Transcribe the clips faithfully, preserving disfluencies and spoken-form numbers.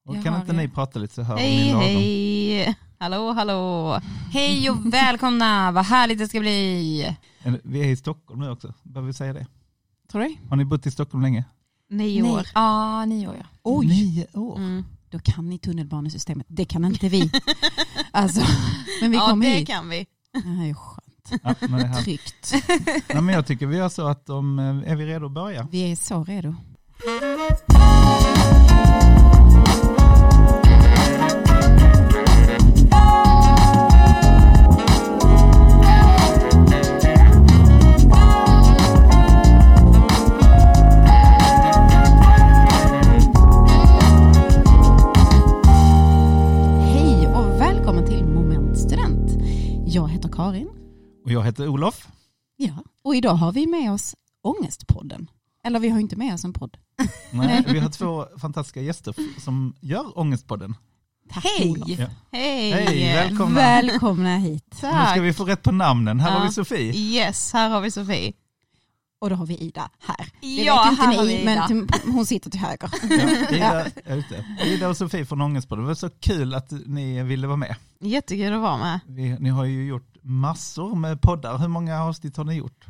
Och kan inte ni prata lite så hör hej, ni lagom? Hej, hallå, hallå. Hej och välkomna, vad härligt det ska bli. Vi är i Stockholm nu också, behöver vi säga det? Tror du? Har ni bott i Stockholm länge? Nio år. Ja, ah, nio år. Ja. Oj. Nio år? Mm. Då kan ni tunnelbanesystemet, det kan inte vi. Alltså, men vi ja, kommer det hit. kan vi. Det är ju skönt. Ja, men det här... Tryggt. Nej, men jag tycker vi gör så att om, är vi redo att börja? Vi är så redo. Hej och välkommen till Moment Student. Jag heter Karin. Och jag heter Olof. Ja, och idag har vi med oss Ångestpodden. Eller vi har inte med oss en podd. Nej, vi har två fantastiska gäster som gör Ångestpodden. Tack, Hej. Olof. Ja. Hej. Hej, välkomna. Välkomna hit. Tack. Nu ska vi få rätt på namnen. Här Ja. har vi Sofie. Yes, här har vi Sofie. Och då har vi Ida här. Det Ja, vet inte här har ni, vi Ida. men till, hon sitter till höger. Ja, Ida, är ute. Ida och Sofie från Ångestpodden. Det var så kul att ni ville vara med. Jättekul att vara med. Vi, ni har ju gjort massor med poddar. Hur många avsnitt har ni gjort?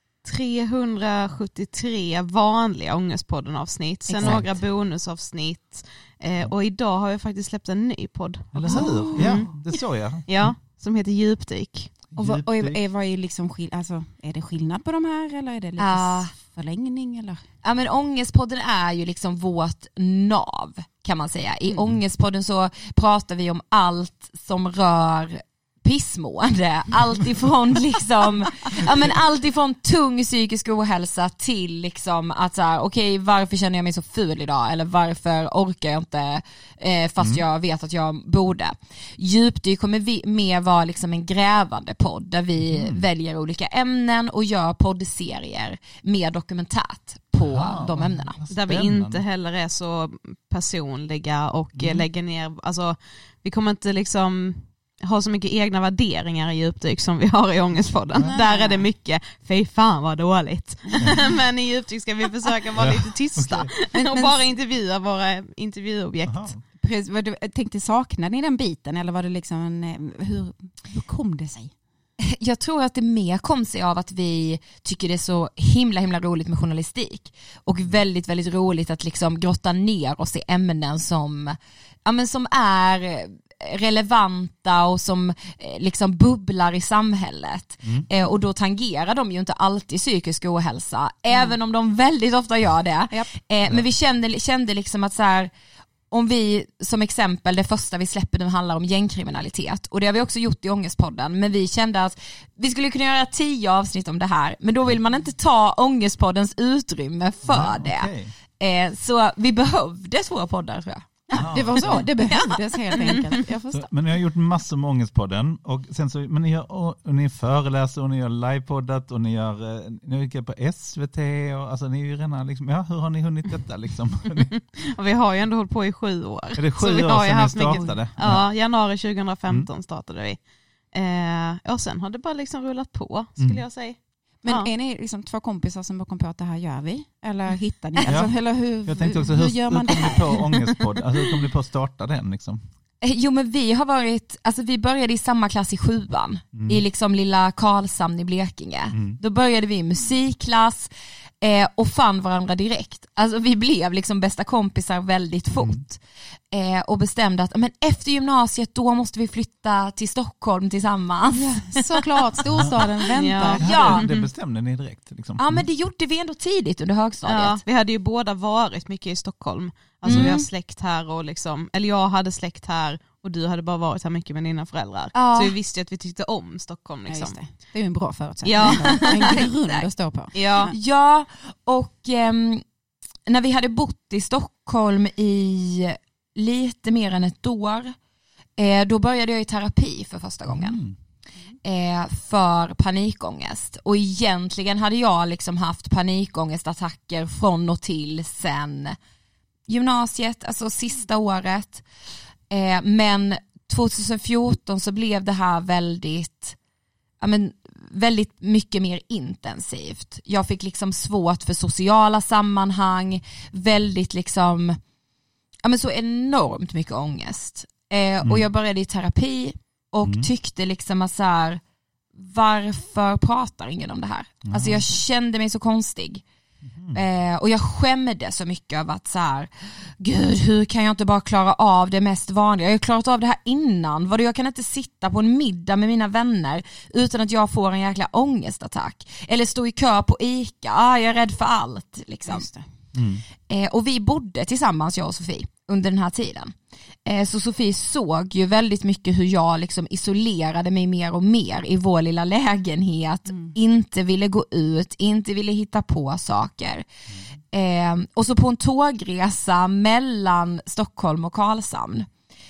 trehundrasjuttiotre vanliga Ångestpodden-avsnitt. Sen Exakt. några bonusavsnitt. Eh, och idag har jag faktiskt släppt en ny podd. Eller också. hur? Ja, det såg jag. Ja, som heter Djupdyk. Och, vad, och är, Djupdyk. är, vad är, liksom skill- alltså, är det skillnad på de här eller är det lite Ja. förlängning? Eller? Ja, men Ångestpodden är ju liksom vårt nav, kan man säga. I Mm. Ångestpodden så pratar vi om allt som rör pissmående. Allt ifrån liksom, ja, men allt ifrån tung psykisk ohälsa till liksom att så här, okej, varför känner jag mig så ful idag? Eller varför orkar jag inte eh, fast Mm. jag vet att jag borde? Djupdyk kommer vi mer vara liksom en grävande podd där vi Mm. väljer olika ämnen och gör poddserier mer dokumentärt på Ah, de ämnena. vad Där vi spännande. inte heller är så personliga och Mm. mm. lägger ner, alltså vi kommer inte liksom ha så mycket egna värderingar i Djupdyk som vi har i Ångestpodden. Nej. Där är det mycket, fy fan vad dåligt. Men i Djupdyk ska vi försöka vara lite tysta Okej. Men- och men- bara intervjua våra intervjuobjekt. Aha. Precis, vad du, jag tänkte, saknade ni den biten eller var det liksom en, eh, hur, hur kom det sig? Jag tror att det mer kom sig av att vi tycker det är så himla himla roligt med journalistik och väldigt väldigt roligt att liksom grotta ner oss i ämnen som, ja, men som är relevanta och som eh, liksom bubblar i samhället. Mm. Eh, och då tangerar de ju inte alltid psykisk ohälsa, även om de väldigt ofta gör det. Japp. Eh, men vi kände, kände liksom att så här, om vi som exempel, det första vi släpper nu handlar om gängkriminalitet och det har vi också gjort i Ångestpodden, men vi kände att vi skulle kunna göra tio avsnitt om det här, men då vill man inte ta Ångestpoddens utrymme för Ja, det. okej. Eh, så vi behövde två poddar, tror jag. Ja, det var så, det behövdes helt enkelt. Jag förstår. Så, men ni har gjort massor med Ångestpodden och sen så, men ni, gör, och, och ni föreläser och ni gör livepoddat och ni gör, eh, ni gick på S V T och alltså ni är ju redan liksom, ja, hur har ni hunnit detta liksom? Och vi har ju ändå hållit på i sju år. Är det Så sju vi år har ju sedan ni haft mycket- startade? Ja, januari tjugohundrafemton startade vi. Eh, och sen har det bara liksom rullat på, skulle Mm. jag säga. Men Ja. är ni liksom två kompisar som bara kom på att det här gör vi? Eller hittar ni? Ja. Alltså, eller hur, Jag tänkte också, hur hur, gör hur man kom det ni på här? Ångestpodden? Alltså hur kom ni på att starta den liksom? Eh, Jo, men vi har varit, alltså vi började i samma klass i sjuan, Mm. i liksom lilla Karlshamn i Blekinge. Mm. Då började vi i musikklass eh, och fann varandra direkt. Alltså vi blev liksom bästa kompisar väldigt fort. Eh, och bestämde att men efter gymnasiet då måste vi flytta till Stockholm tillsammans. Ja, Ja, såklart, storstaden väntar. Ja. Ja. Det, det bestämde ni direkt liksom? men det gjorde vi ändå tidigt under högstadiet. Ja, vi hade ju båda varit mycket i Stockholm. Alltså Mm. vi har släkt här och liksom, eller jag hade släkt här och du hade bara varit här mycket med dina föräldrar. Ja. Så vi visste ju att vi tyckte om Stockholm Ja, liksom. just det. Det är ju en bra förutsättning. Ja. En grund att stå på. Ja. Ja, och ehm, när vi hade bott i Stockholm i lite mer än ett år, eh, då började jag i terapi för första gången. Mm. eh, för panikångest. Och egentligen hade jag liksom haft panikångestattacker från och till sen gymnasiet, alltså sista året. Eh, men tjugohundrafjorton så blev det här väldigt, ja men, väldigt mycket mer intensivt. Jag fick liksom svårt för sociala sammanhang, väldigt liksom ja, men så enormt mycket ångest. Eh, Mm. Och jag började i terapi och Mm. tyckte liksom att så här, varför pratar ingen om det här? Mm. Alltså jag kände mig så konstig. Mm. Eh, och jag skämde så mycket av att så här, gud, hur kan jag inte bara klara av det mest vanliga? Jag har klarat av det här innan. Vadå, jag kan inte sitta på en middag med mina vänner utan att jag får en jäkla ångestattack. Eller stå i kö på ICA, ah, jag är rädd för allt. Liksom. Just det. Mm. Eh, och vi bodde tillsammans, jag och Sofie, under den här tiden. Eh, så Sofie såg ju väldigt mycket hur jag liksom isolerade mig mer och mer i vår lilla lägenhet. Mm. Inte ville gå ut, inte ville hitta på saker. Eh, och så på en tågresa mellan Stockholm och Karlshamn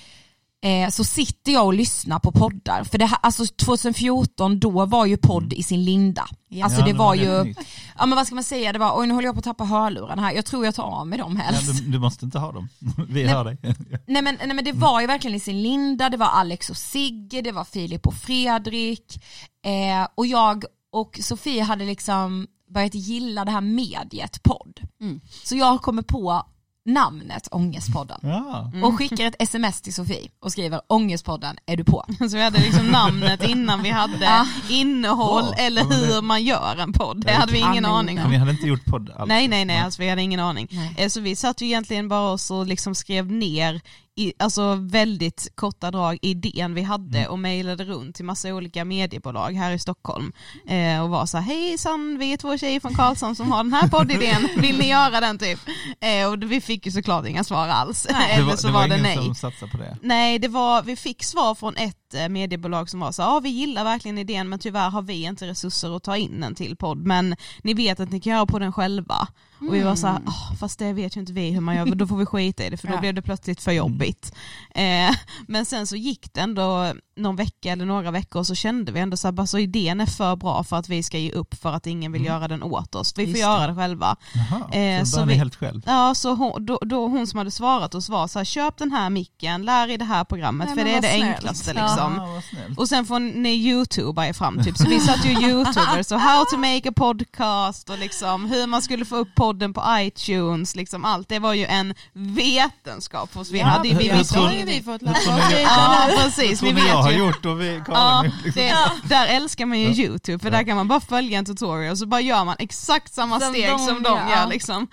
eh, så sitter jag och lyssnar på poddar. För det här, alltså tjugohundrafjorton, då var ju podd i sin linda. Ja. Alltså Ja, det var ju, helt nytt. ja men vad ska man säga, det var, oj nu håller jag på att tappa hörluren här, jag tror jag tar av mig dem Ja, helst. du, du måste inte ha dem. Vi Nej. hör dig. Nej men, nej men det var ju verkligen i sin linda, det var Alex och Sigge, det var Filip och Fredrik eh, och jag och Sofie hade liksom börjat gilla det här mediet podd. Mm. Så jag kommer på namnet Ångestpodden Ja. och skickar ett sms till Sofie och skriver Ångestpodden, är du på? Så vi hade liksom namnet innan vi hade Ja. innehåll Ja, eller ja, men det- hur man gör en podd. Det hade vi ingen Ja, men- aning Men om. ni hade inte gjort podd alls? Nej, nej, nej, alltså vi hade ingen aning. Nej. Eh, Så vi satt ju egentligen bara oss och liksom skrev ner i, alltså väldigt korta drag idén vi hade Mm. och mejlade runt till massa olika mediebolag här i Stockholm eh, och var så här, hejsan, vi är två tjejer från Karlshamn som har den här poddidén, vill ni göra den typ? Eh, och vi fick ju såklart inga svar alls, Det eller var, så det var, var det ingen nej. som satsade på det? Nej, det var, vi fick svar från ett eh, mediebolag som var så ja, vi gillar verkligen idén men tyvärr har vi inte resurser att ta in en till podd, men ni vet att ni kan göra på den själva. Och vi var så här, oh, fast det vet ju inte vi hur man gör, då får vi skita i det för då Ja. blev det plötsligt för jobbigt. Eh, men sen så gick det ändå någon vecka eller några veckor och så kände vi ändå så här, bara så idén är för bra för att vi ska ge upp för att ingen vill Mm. göra den åt oss. Vi får Just göra det. det själva. Jaha, Eh, så så började vi- ni helt själv? Ja, så hon, då, då hon som hade svarat oss var så här, köp den här micken, lär i det här programmet Nej, för men det är vad det snällt. enklaste Ja. liksom. Ja, vad snällt. Och sen får ni youtuba er fram typ, så vi satt ju youtubers och how to make a podcast och liksom hur man skulle få upp podden på iTunes, liksom allt, det var ju en vetenskap för oss. Vi Ja, hade ju, vi jag visste tror- ju har ju vi fått jag lära tror oss. ni- Ja, Jag precis, tror vi ni jag har vet ju. gjort och vi Ja, Karin, liksom. det, där älskar man ju Ja. YouTube för Ja. där kan man bara följa en tutorial och så bara gör man exakt samma Som steg de som de gör. gör liksom.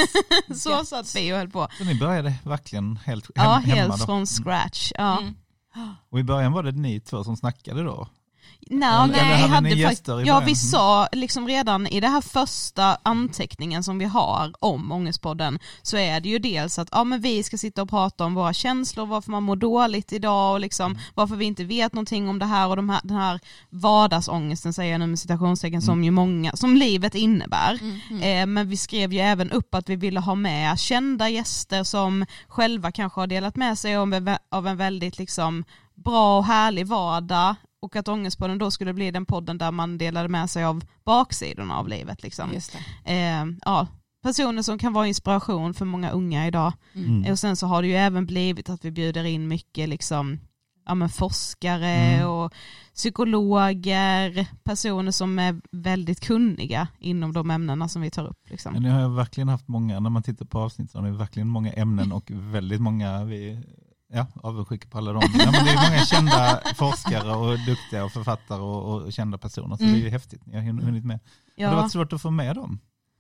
Så satt vi och höll på. Så ni började verkligen helt hem, Ja, hemma helt då? från scratch. Ja. Mm. Och i början var det ni två som snackade då? Nej, Eller- nej, eller hade hade ni fakt- gäster i ja, början? vi sa liksom redan i det här första anteckningen som vi har om Ångestpodden så är det ju dels att ja, men vi ska sitta och prata om våra känslor, varför man mår dåligt idag och liksom, Mm. varför vi inte vet någonting om det här och de här, den här vardagsångesten säger jag nu med citationstecken Mm. som ju många, som livet innebär. Mm, mm. Eh, men vi skrev ju även upp att vi ville ha med kända gäster som själva kanske har delat med sig om, av en väldigt liksom bra och härlig vardag och att Ångestpodden då skulle bli den podden där man delade med sig av baksidorna av livet. Liksom. Just det. Eh, ja, personer som kan vara inspiration för många unga idag. Mm. Och sen så har det ju även blivit att vi bjuder in mycket liksom, ja, men forskare Mm. och psykologer, personer som är väldigt kunniga inom de ämnena som vi tar upp. Liksom. Men ni har ju verkligen haft många, när man tittar på avsnitt så har ni verkligen många ämnen och väldigt många, vi ja, avundsjuka på alla dem. Ja, men det är många kända forskare och duktiga och författare och, och kända personer så Mm. det är ju häftigt. Ni har hunnit med. Har det Ja, varit svårt att få med dem?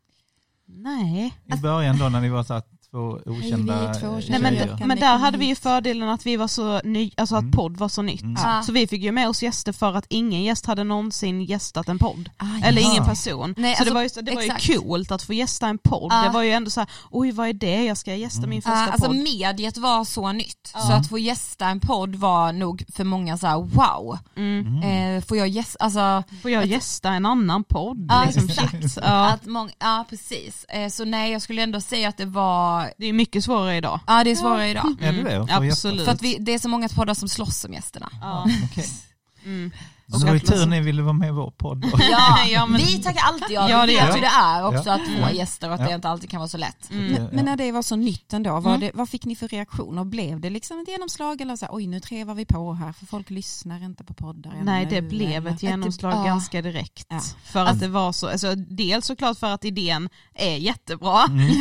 nej. I början då när ni var så här två okända vi är två Nej, tjejer. men, tjejer? Kan men ni där komma hade vi ju hit? fördelen att vi var så ny, alltså att Mm. podd var så nytt. Mm. Ja. Så vi fick ju med oss gäster för att ingen gäst hade någonsin gästat en podd. Ah, Eller Jaha. ingen person. Nej, så det alltså, var, ju, så- det var ju exakt. coolt att få gästa en podd. Ja. Det var ju ändå så här, oj vad är det? Jag ska gästa min första Uh, alltså podd. mediet var så nytt, Ja. så att få gästa en podd var nog för många så här: wow, Mm. Mm. eh, får jag gästa, alltså Får jag gästa en annan podd? Ja, liksom, shit. Ja. att många, ja precis, eh, så nej jag skulle ändå säga att det var, Det är mycket svårare idag. ja det är svårare idag. Är det det? Att få Absolut. gäster? För att vi, det är så många poddar som slåss om gästerna. Ja. Okej. Mm. Men det var ju tur ni ville vara med i vår podd. Ja, Ja, men- vi tackar alltid ja. Ja, Vi det vet gör hur det är också Ja. att få Mm. gäster och att Ja. det inte alltid kan vara så lätt. Mm. Men, men när det var så nytt ändå, var Mm. det, vad fick ni för reaktioner? Blev det liksom ett genomslag eller så här, oj nu trevar vi på här för folk lyssnar inte på poddar ännu, Nej, det blev eller? ett genomslag ja. ganska direkt. Ja. För att det var så, alltså, dels såklart för att idén är jättebra, Mm.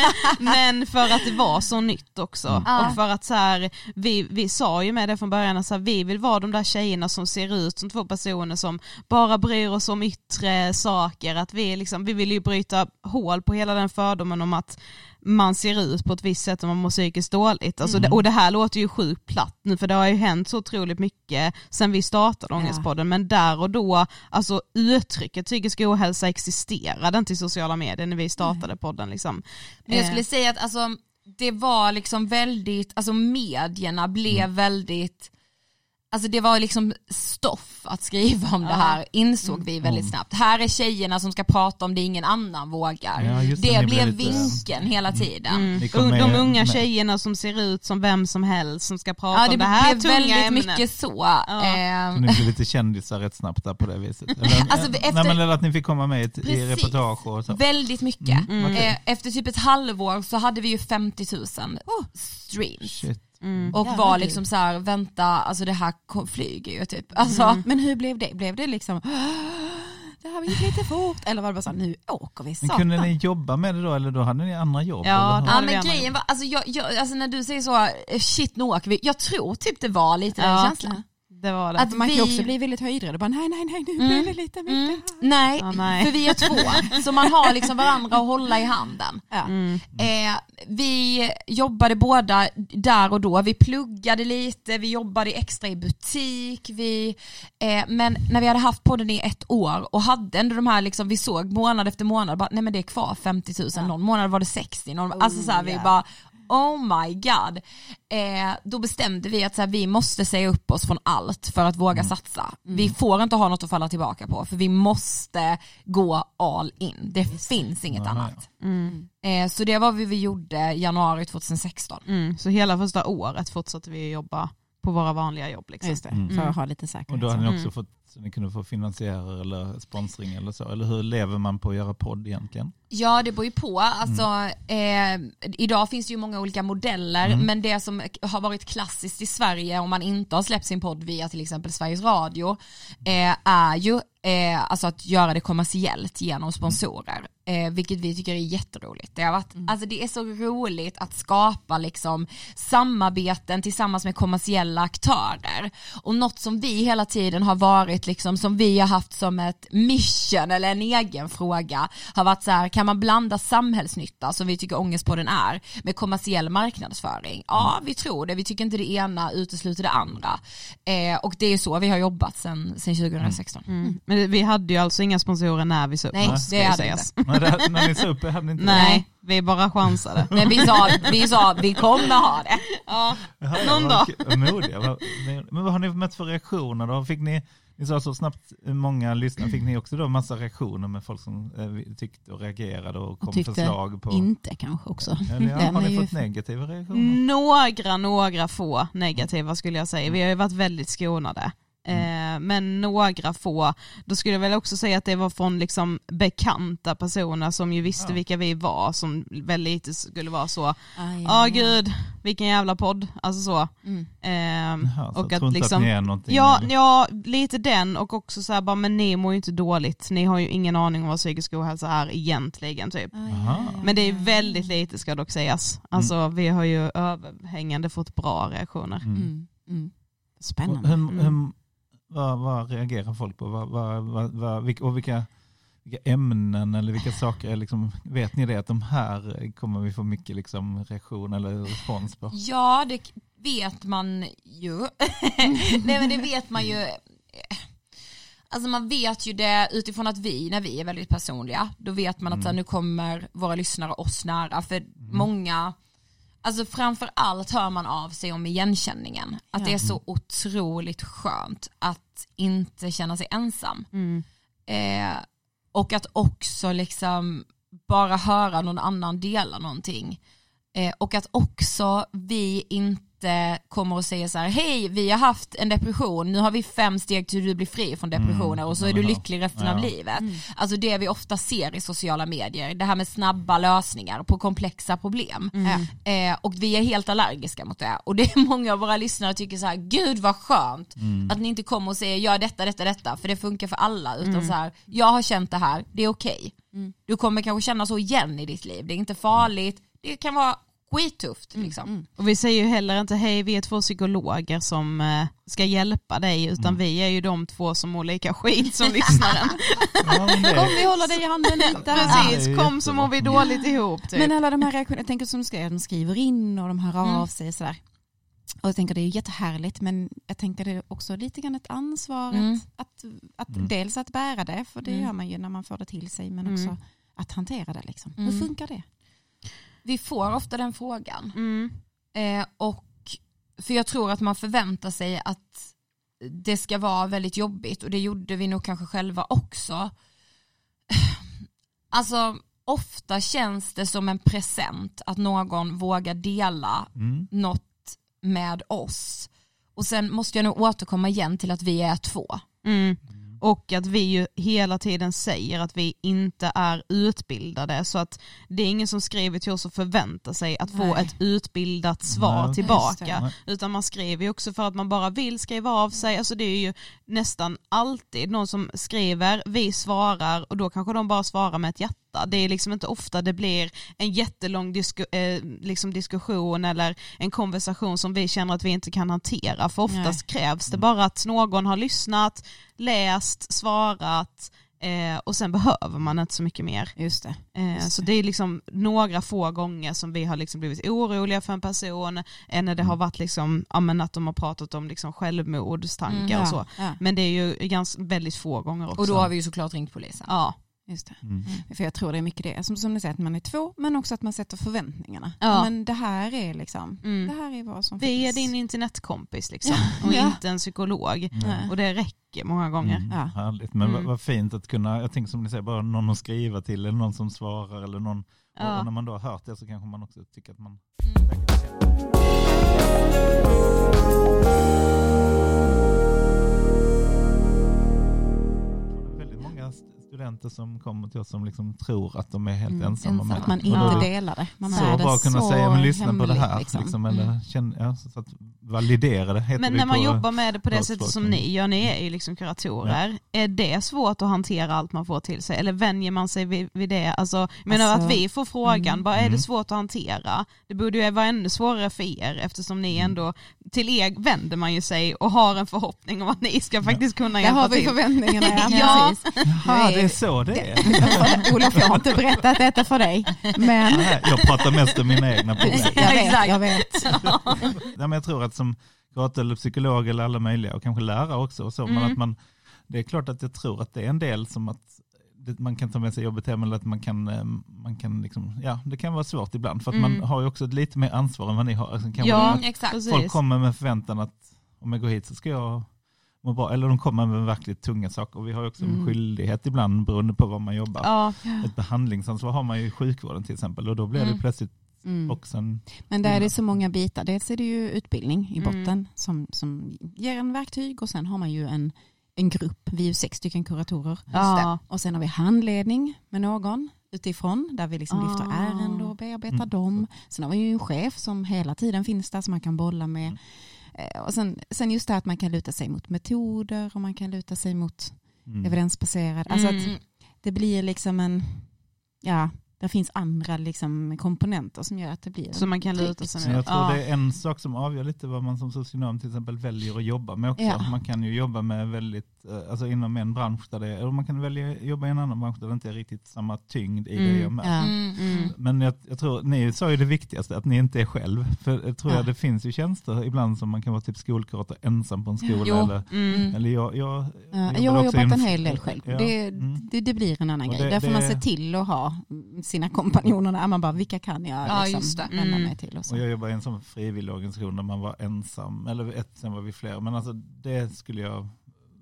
men för att det var så nytt också. Mm. Ja. Och för att så här, vi, vi sa ju med det från början att så här, vi vill vara de där tjejerna som ser ut som två personer som bara bryr oss om yttre saker. Att vi, liksom, vi vill ju bryta hål på hela den fördomen om att man ser ut på ett visst sätt om man mår psykiskt dåligt. Alltså Mm. det, och det här låter ju sjukt platt nu, för det har ju hänt så otroligt mycket sen vi startade Ångestpodden, men där och då, alltså uttrycket psykisk ohälsa existerade inte i sociala medier när vi startade podden. Liksom. Men jag Eh, skulle säga att alltså, det var liksom väldigt, alltså medierna blev Mm. väldigt, alltså det var liksom stoff att skriva om det här, insåg vi väldigt Mm. snabbt. Här är tjejerna som ska prata om det ingen annan vågar. Ja, just det, det ni blev blev lite- vinkeln hela tiden. Mm. Ni kom De med- unga med- tjejerna som ser ut som vem som helst som ska prata Ja, det om det här blev tunga väldigt ämnet. mycket så. Ja. Eh, Så ni blev lite kändisar rätt snabbt där på det viset. Eller, Alltså, efter- nej, men eller att ni fick komma med i, ett- i Precis. reportage och så. Väldigt mycket. Mm, okej. Eh, efter typ ett halvår så hade vi ju femtio tusen streams. Shit. Mm. Och Jävlar, var du. liksom så här, vänta, alltså det här kom- flyger ju typ. Alltså, Mm. Men hur blev det? Blev det liksom, det här gick lite fort, eller var det bara så här, nu åker vi Men satan. kunde ni jobba med det då, eller då hade ni andra jobb? Ja, eller? det Ja hade vi men andra grejen gjort. var, alltså, jag, jag, alltså när du säger så, shit nu åker vi, jag tror typ det var lite den Ja. känslan. Det var det. Att Man kan ju vi- också bli väldigt höjdrädd och bara nej nej nej nu Mm. blir det lite mycket. Mm. Nej, Ja, nej. för vi är två, så man har liksom varandra att hålla i handen. Ja. Mm. Eh, vi jobbade båda där och då, vi pluggade lite, vi jobbade extra i butik, vi, eh, men när vi hade haft podden i ett år och hade ändå de här, liksom, vi såg månad efter månad, bara, nej men det är kvar femtio tusen, Ja. någon månad var det sextio, någon, Oh, alltså så här, vi yeah. bara oh my god. Eh, då bestämde vi att så här, vi måste säga upp oss från allt för att våga satsa. Vi får inte ha något att falla tillbaka på, för vi måste gå all in. Det finns inget Ja, annat. Mm. Eh, så det var vad vi gjorde januari tjugohundrasexton. Mm. Så hela första året fortsatte vi jobba på våra vanliga jobb. Liksom. Just det, Mm. för att ha lite säkerhet. Och då hade ni också Mm. fått, så ni kunde få finansiärer eller sponsring eller så. Eller hur lever man på att göra podd egentligen? Ja, det beror ju på. Alltså, eh, idag finns det ju många olika modeller, Mm. men det som har varit klassiskt i Sverige om man inte har släppt sin podd via till exempel Sveriges Radio eh, är ju eh, alltså att göra det kommersiellt genom sponsorer, eh, vilket vi tycker är jätteroligt. Det har varit, alltså det är så roligt att skapa liksom samarbeten tillsammans med kommersiella aktörer, och något som vi hela tiden har varit liksom, som vi har haft som ett mission eller en egen fråga, har varit så här: kan man blanda samhällsnytta, som vi tycker Ångestpodden är, med kommersiell marknadsföring? Ja, vi tror det. Vi tycker inte det ena utesluter det andra. Eh, och det är så vi har jobbat sedan sen tjugohundrasexton. Mm. Men vi hade ju alltså inga sponsorer när vi sa upp Nej, oss, ska det ju hade vi sägas. Men det, när ni sa upp er hade ni inte Nej, vi bara chansade. Men vi sa, vi sa vi kommer ha det. Ja. Jaha, Någon vad dag. kul. Modiga. Vad- Men vad har ni mött för reaktioner då? Fick ni, ni sa så snabbt många lyssnare, fick ni också då massa reaktioner med folk som eh, tyckte och reagerade och kom tyckte förslag på? Inte kanske också. Eller, ja, Den har är ni ju- fått negativa reaktioner? Några, några få negativa skulle jag säga. Vi har ju varit väldigt skonade. Eh, men några få, då skulle jag väl också säga att det var från liksom bekanta personer som ju visste Ja. vilka vi var, som väl lite skulle vara så, Aj, ja aj, gud, vilken jävla podd, alltså så. Mm. Eh, Jaha, så och jag tror att inte liksom, att ni är någonting? ja, eller? ja, lite den, och också så här, bara, men ni mår ju inte dåligt, ni har ju ingen aning om vad psykisk ohälsa är egentligen typ. aj, aj, Aha. aj, Men det är aj. väldigt lite, ska dock sägas. Alltså vi har ju överhängande fått bra reaktioner. Mm. Mm. Mm. Och Spännande. Hur, Mm. hur, vad, vad reagerar folk på? Vad, vad, vad, vad, vilka, och vilka, vilka ämnen eller vilka saker är liksom, vet ni det att de här kommer vi få mycket liksom reaktion eller respons på? Ja, det vet man ju. Nej, men det vet man ju. Alltså man vet ju det utifrån att vi, när vi är väldigt personliga, då vet man att Mm. så här, nu kommer våra lyssnare oss nära. För många, alltså framför allt hör man av sig om igenkänningen. Att Ja. det är så otroligt skönt att inte känna sig ensam. Mm. Eh, och att också liksom bara höra någon annan dela någonting. Eh, och att också vi inte inte kommer och säger så här: hej, vi har haft en depression, nu har vi fem steg till du blir fri från depressioner mm, och så är du lycklig resten ja. av livet. Mm. Alltså det vi ofta ser i sociala medier, det här med snabba lösningar på komplexa problem. Mm. Eh, och vi är helt allergiska mot det. Och det är många av våra lyssnare tycker så här: gud vad skönt mm. att ni inte kommer och säger gör detta, detta, detta, för det funkar för alla. Utan mm. så här, jag har känt det här, det är okej. Okay. Mm. Du kommer kanske känna så igen i ditt liv, det är inte farligt, det kan vara skittufft liksom. Mm, mm. Och vi säger ju heller inte hej, vi är två psykologer som eh, ska hjälpa dig, utan mm. vi är ju de två som mår lika skit som lyssnaren. Ja, det... Kom, vi håller dig i handen lite. Precis, ja, kom så mår vi dåligt ihop. Typ. Men alla de här reaktionerna, jag tänker som du skrev, de skriver in och de hör av mm. sig sådär. Och jag tänker det är ju jättehärligt, men jag tänker det är också lite grann ett ansvar mm. att, att, att mm. dels att bära det, för det mm. gör man ju när man får det till sig, men också mm. att hantera det liksom. Mm. Hur funkar det? Vi får ofta den frågan. Mm. Eh, och för jag tror att man förväntar sig att det ska vara väldigt jobbigt, och det gjorde vi nog kanske själva också. Alltså ofta känns det som en present att någon vågar dela mm. något med oss. Och sen måste jag nog återkomma igen till att vi är två. Mm. Och att vi ju hela tiden säger att vi inte är utbildade, så att det är ingen som skriver till oss och förväntar sig att Nej. få ett utbildat svar Nej. tillbaka. Utan man skriver ju också för att man bara vill skriva av sig. Alltså det är ju nästan alltid någon som skriver, vi svarar, och då kanske de bara svarar med ett hjärta. Det är liksom inte ofta det blir en jättelång disku, eh, liksom diskussion eller en konversation som vi känner att vi inte kan hantera. För oftast Nej. krävs det bara att någon har lyssnat, läst, svarat, eh, och sen behöver man inte så mycket mer. Just det. Eh, Just så det är liksom några få gånger som vi har liksom blivit oroliga för en person, än när det har varit liksom, ja, men att de har pratat om liksom självmordstankar mm, ja, och så. Ja. Men det är ju ganska, väldigt få gånger också. Och då har vi ju såklart ringt polisen. Ja. Just det. Mm. För jag tror det är mycket det. Som, som ni säger, att man är två, men också att man sätter förväntningarna. Ja. Men det här är liksom, mm. det här är vad som Vi finns. är din internetkompis liksom, och ja. inte en psykolog. Mm. Och det räcker många gånger. Mm. Ja. Härligt, men mm. vad, vad fint att kunna, jag tänker som ni säger, bara någon att skriva till, eller någon som svarar, eller någon, ja. och när man då har hört det så kanske man också tycker att man mm. studenter som kommer till oss som liksom tror att de är helt mm, ensamma med att man inte då, delar det. Man så bara kunna säga, men lyssna hemligt, på det här. Liksom. Liksom, eller mm. känn, ja, så att validera det. Men när man på, jobbar med det på det sättet som ni gör, ni är ju liksom kuratorer. Ja. Är det svårt att hantera allt man får till sig? Eller vänjer man sig vid, vid det? Alltså, jag menar alltså, att vi får frågan, mm. bara är det svårt att hantera? Det borde ju vara ännu svårare för er, eftersom ni ändå, till er vänder man ju sig och har en förhoppning om att ni ska faktiskt kunna hjälpa hjälpa till. Där har vi förväntningarna. Ja, ja, det är så det är. Olof, jag har inte berättat detta för dig. Men... Nej, jag pratar mest om mina egna problem. Jag vet, jag vet. Ja, men jag tror att som kurator eller psykolog eller alla möjliga, och kanske lärare också, och så, mm. men att man, det är klart att jag tror att det är en del som att man kan ta med sig jobbet hem, eller att man kan, man kan liksom, ja, det kan vara svårt ibland, för att mm. man har ju också lite mer ansvar än vad ni har. Alltså, kan ja, exakt. Folk kommer med förväntan att om jag går hit så ska jag må bra, eller de kommer med verkligt tunga saker, och vi har ju också mm. en skyldighet ibland beroende på var man jobbar. Ja. Ett behandlingsansvar har man ju i sjukvården till exempel, och då blir mm. det plötsligt mm. också en... Men där är det så många bitar. Dels är det ju utbildning i botten mm. som, som ger en verktyg, och sen har man ju en, en grupp, vi är ju sex stycken kuratorer. Ja. Och sen har vi handledning med någon utifrån, där vi liksom ah. lyfter ärenden och bearbetar mm. dem. Sen har vi ju en chef som hela tiden finns där, som man kan bolla med. Mm. Och sen, sen just det att man kan luta sig mot metoder, och man kan luta sig mot mm. evidensbaserad. Alltså att det blir liksom en, ja, det finns andra liksom komponenter som gör att det blir. Så man kan luta sig mot. Jag tror ja. det är en sak som avgör lite vad man som socionom till exempel väljer att jobba med också. Ja. Man kan ju jobba med väldigt, alltså inom en bransch där det är, eller man kan välja jobba i en annan bransch där det inte är riktigt samma tyngd i mm. det jag med. Ja. Mm, mm. Men jag, jag tror, ni sa ju det viktigaste, att ni inte är själv. För jag tror ja. jag det finns ju tjänster ibland som man kan vara typ skolkurator ensam på en skola. Jo. Eller, mm. eller jag, jag, ja, jag har jobbat en hel del själv. Ja. Det, mm. det, det blir en annan och grej. Det, Därför det, man ser till att ha sina kompanjoner. Man bara, vilka kan jag ja, liksom vända mm. mig till? Och, så. och jag jobbar i en sån frivillig organisation där man var ensam, eller ett, sen var vi fler. Men alltså det skulle jag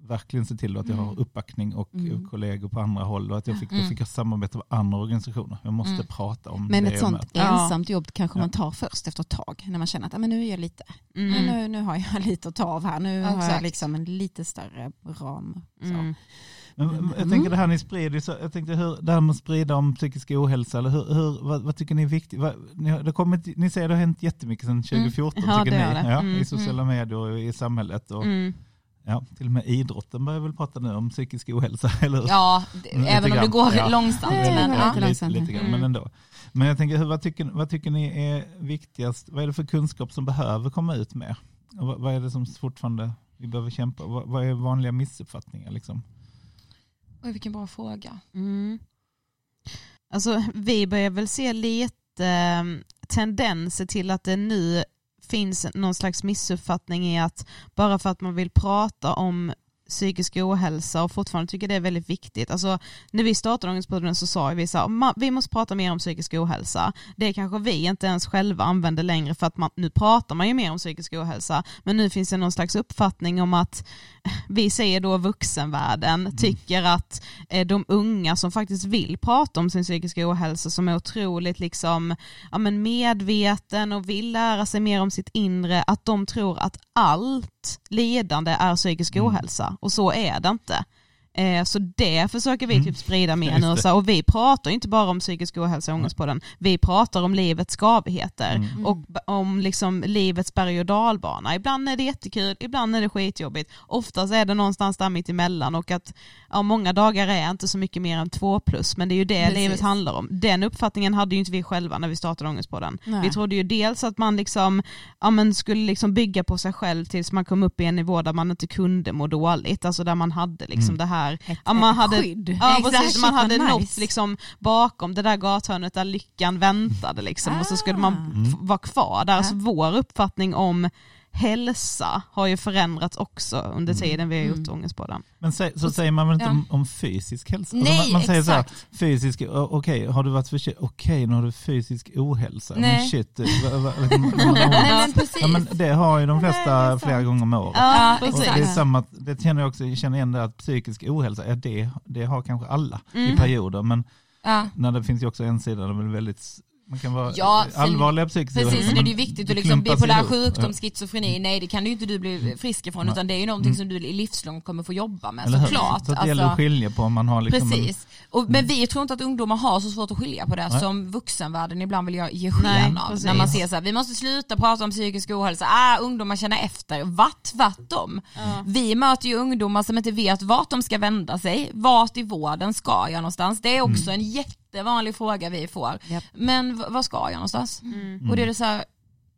verkligen se till att jag har uppbackning och Mm. kollegor på andra håll och att jag fick, Mm. då fick jag samarbeta med andra organisationer. Jag måste Mm. prata om Men det. ett jag sånt möter. Ja. ensamt jobb kanske Ja. man tar först efter ett tag. När man känner att ah, men nu är jag lite, Mm. nu, nu har jag lite att ta av här. Nu Ja, har jag exakt. liksom en lite större ram. Så. Mm. Men, men jag Mm. tänker det här ni sprider, så jag tänkte hur, det här med att sprida om psykisk ohälsa, eller hur, hur, vad, vad tycker ni är viktigt? Vad, ni, har, det kommit, ni säger att det har hänt jättemycket sedan tjugo fjorton Ja, tycker det ni, har det. ja, Mm, i sociala medier och i samhället. Och, Mm. ja, till och med idrotten börjar väl prata nu om psykisk ohälsa, eller hur? Ja, d- Mm, även lite om det grann. går Ja. långsamt. Nej, Men, det ja. var lite lite, långsamt. lite grann, Mm. men ändå. Men jag tänker, hur, vad, tycker, vad tycker ni är viktigast? Vad är det för kunskap som behöver komma ut med? Och vad, vad är det som fortfarande vi behöver kämpa? Vad, vad är vanliga missuppfattningar liksom? Oj, vilken bra fråga. Mm. Alltså vi börjar väl se lite eh, tendenser till att det nu finns någon slags missuppfattning i att bara för att man vill prata om psykisk ohälsa och fortfarande tycker det är väldigt viktigt. Alltså, när vi startade Ångestpodden så sa vi så här, vi måste prata mer om psykisk ohälsa. Det kanske vi inte ens själva använder längre för att man, nu pratar man ju mer om psykisk ohälsa, men nu finns det någon slags uppfattning om att vi säger då vuxenvärlden mm. tycker att eh, de unga som faktiskt vill prata om sin psykiska ohälsa, som är otroligt liksom, ja, men medveten och vill lära sig mer om sitt inre, att de tror att allt lidande är psykisk Mm. ohälsa. Och så är det inte. Eh, så det försöker vi Mm. typ sprida mer Just nu. det. Så, och vi pratar ju inte bara om psykisk ohälsa och Ångestpodden. Vi pratar om livets skavigheter. Mm. Och b- om liksom livets berg- och dalbana. Ibland är det jättekul, ibland är det skitjobbigt. Oftast är det någonstans där mitt emellan. Och att ja, många dagar är inte så mycket mer än två plus. Men det är ju det Precis. livet handlar om. Den uppfattningen hade ju inte vi själva när vi startade Ångestpodden. Nej. Vi trodde ju dels att man liksom, ja, men skulle liksom bygga på sig själv tills man kom upp i en nivå där man inte kunde må dåligt. Alltså där man hade liksom Mm. det här. Ett, Ja, man ett hade, skydd. ja, Exakt. precis, man hade Shit, vad nått nice. liksom bakom det där gathörnet där lyckan väntade liksom, och så skulle man Ah. Mm. f- vara kvar där. Alltså vår uppfattning om hälsa har ju förändrats också under tiden vi har gjort Mm. Ångestpodden. Men sä, så säger man väl inte Ja. om, om fysisk hälsa? Nej, man, man säger så här, exakt. fysisk, o- okej, har du varit förkyld? Okej, nu har du fysisk ohälsa. Men Nej. shit, va, va, liksom, Nej, men precis. ja, men det har ju de flesta Nej, det är sant. flera gånger om året. Ja, Och exakt. det är samma, det känner jag också, jag känner igen det att psykisk ohälsa, ja, det, det har kanske alla i Mm. perioder, men Ja. när det finns ju också en sida där det är väldigt, man kan vara Ja, sen- allvarliga psykiska Precis, så det är men ju viktigt det att liksom klumpas bipolär ihop. sjukdom, Ja. schizofreni, nej det kan ju inte du bli frisk ifrån, Nej. utan det är ju någonting Mm. som du livslångt kommer få jobba med, Eller hur? såklart. Så att det gäller att skilja på om man har liksom Precis, och, men vi tror inte att ungdomar har så svårt att skilja på det Nej. som vuxenvärlden ibland vill ge- ge sken Nej, av. precis. När man ser så här, vi måste sluta prata om psykisk ohälsa, ah, ungdomar känner efter, vart, vart de? Vi möter ju ungdomar som inte vet vart de ska vända sig, vart i vården ska jag någonstans? Det är också en jättevanlig fråga vi får. Japp. Men v- vad ska jag någonstans? Mm. Och det är det så här,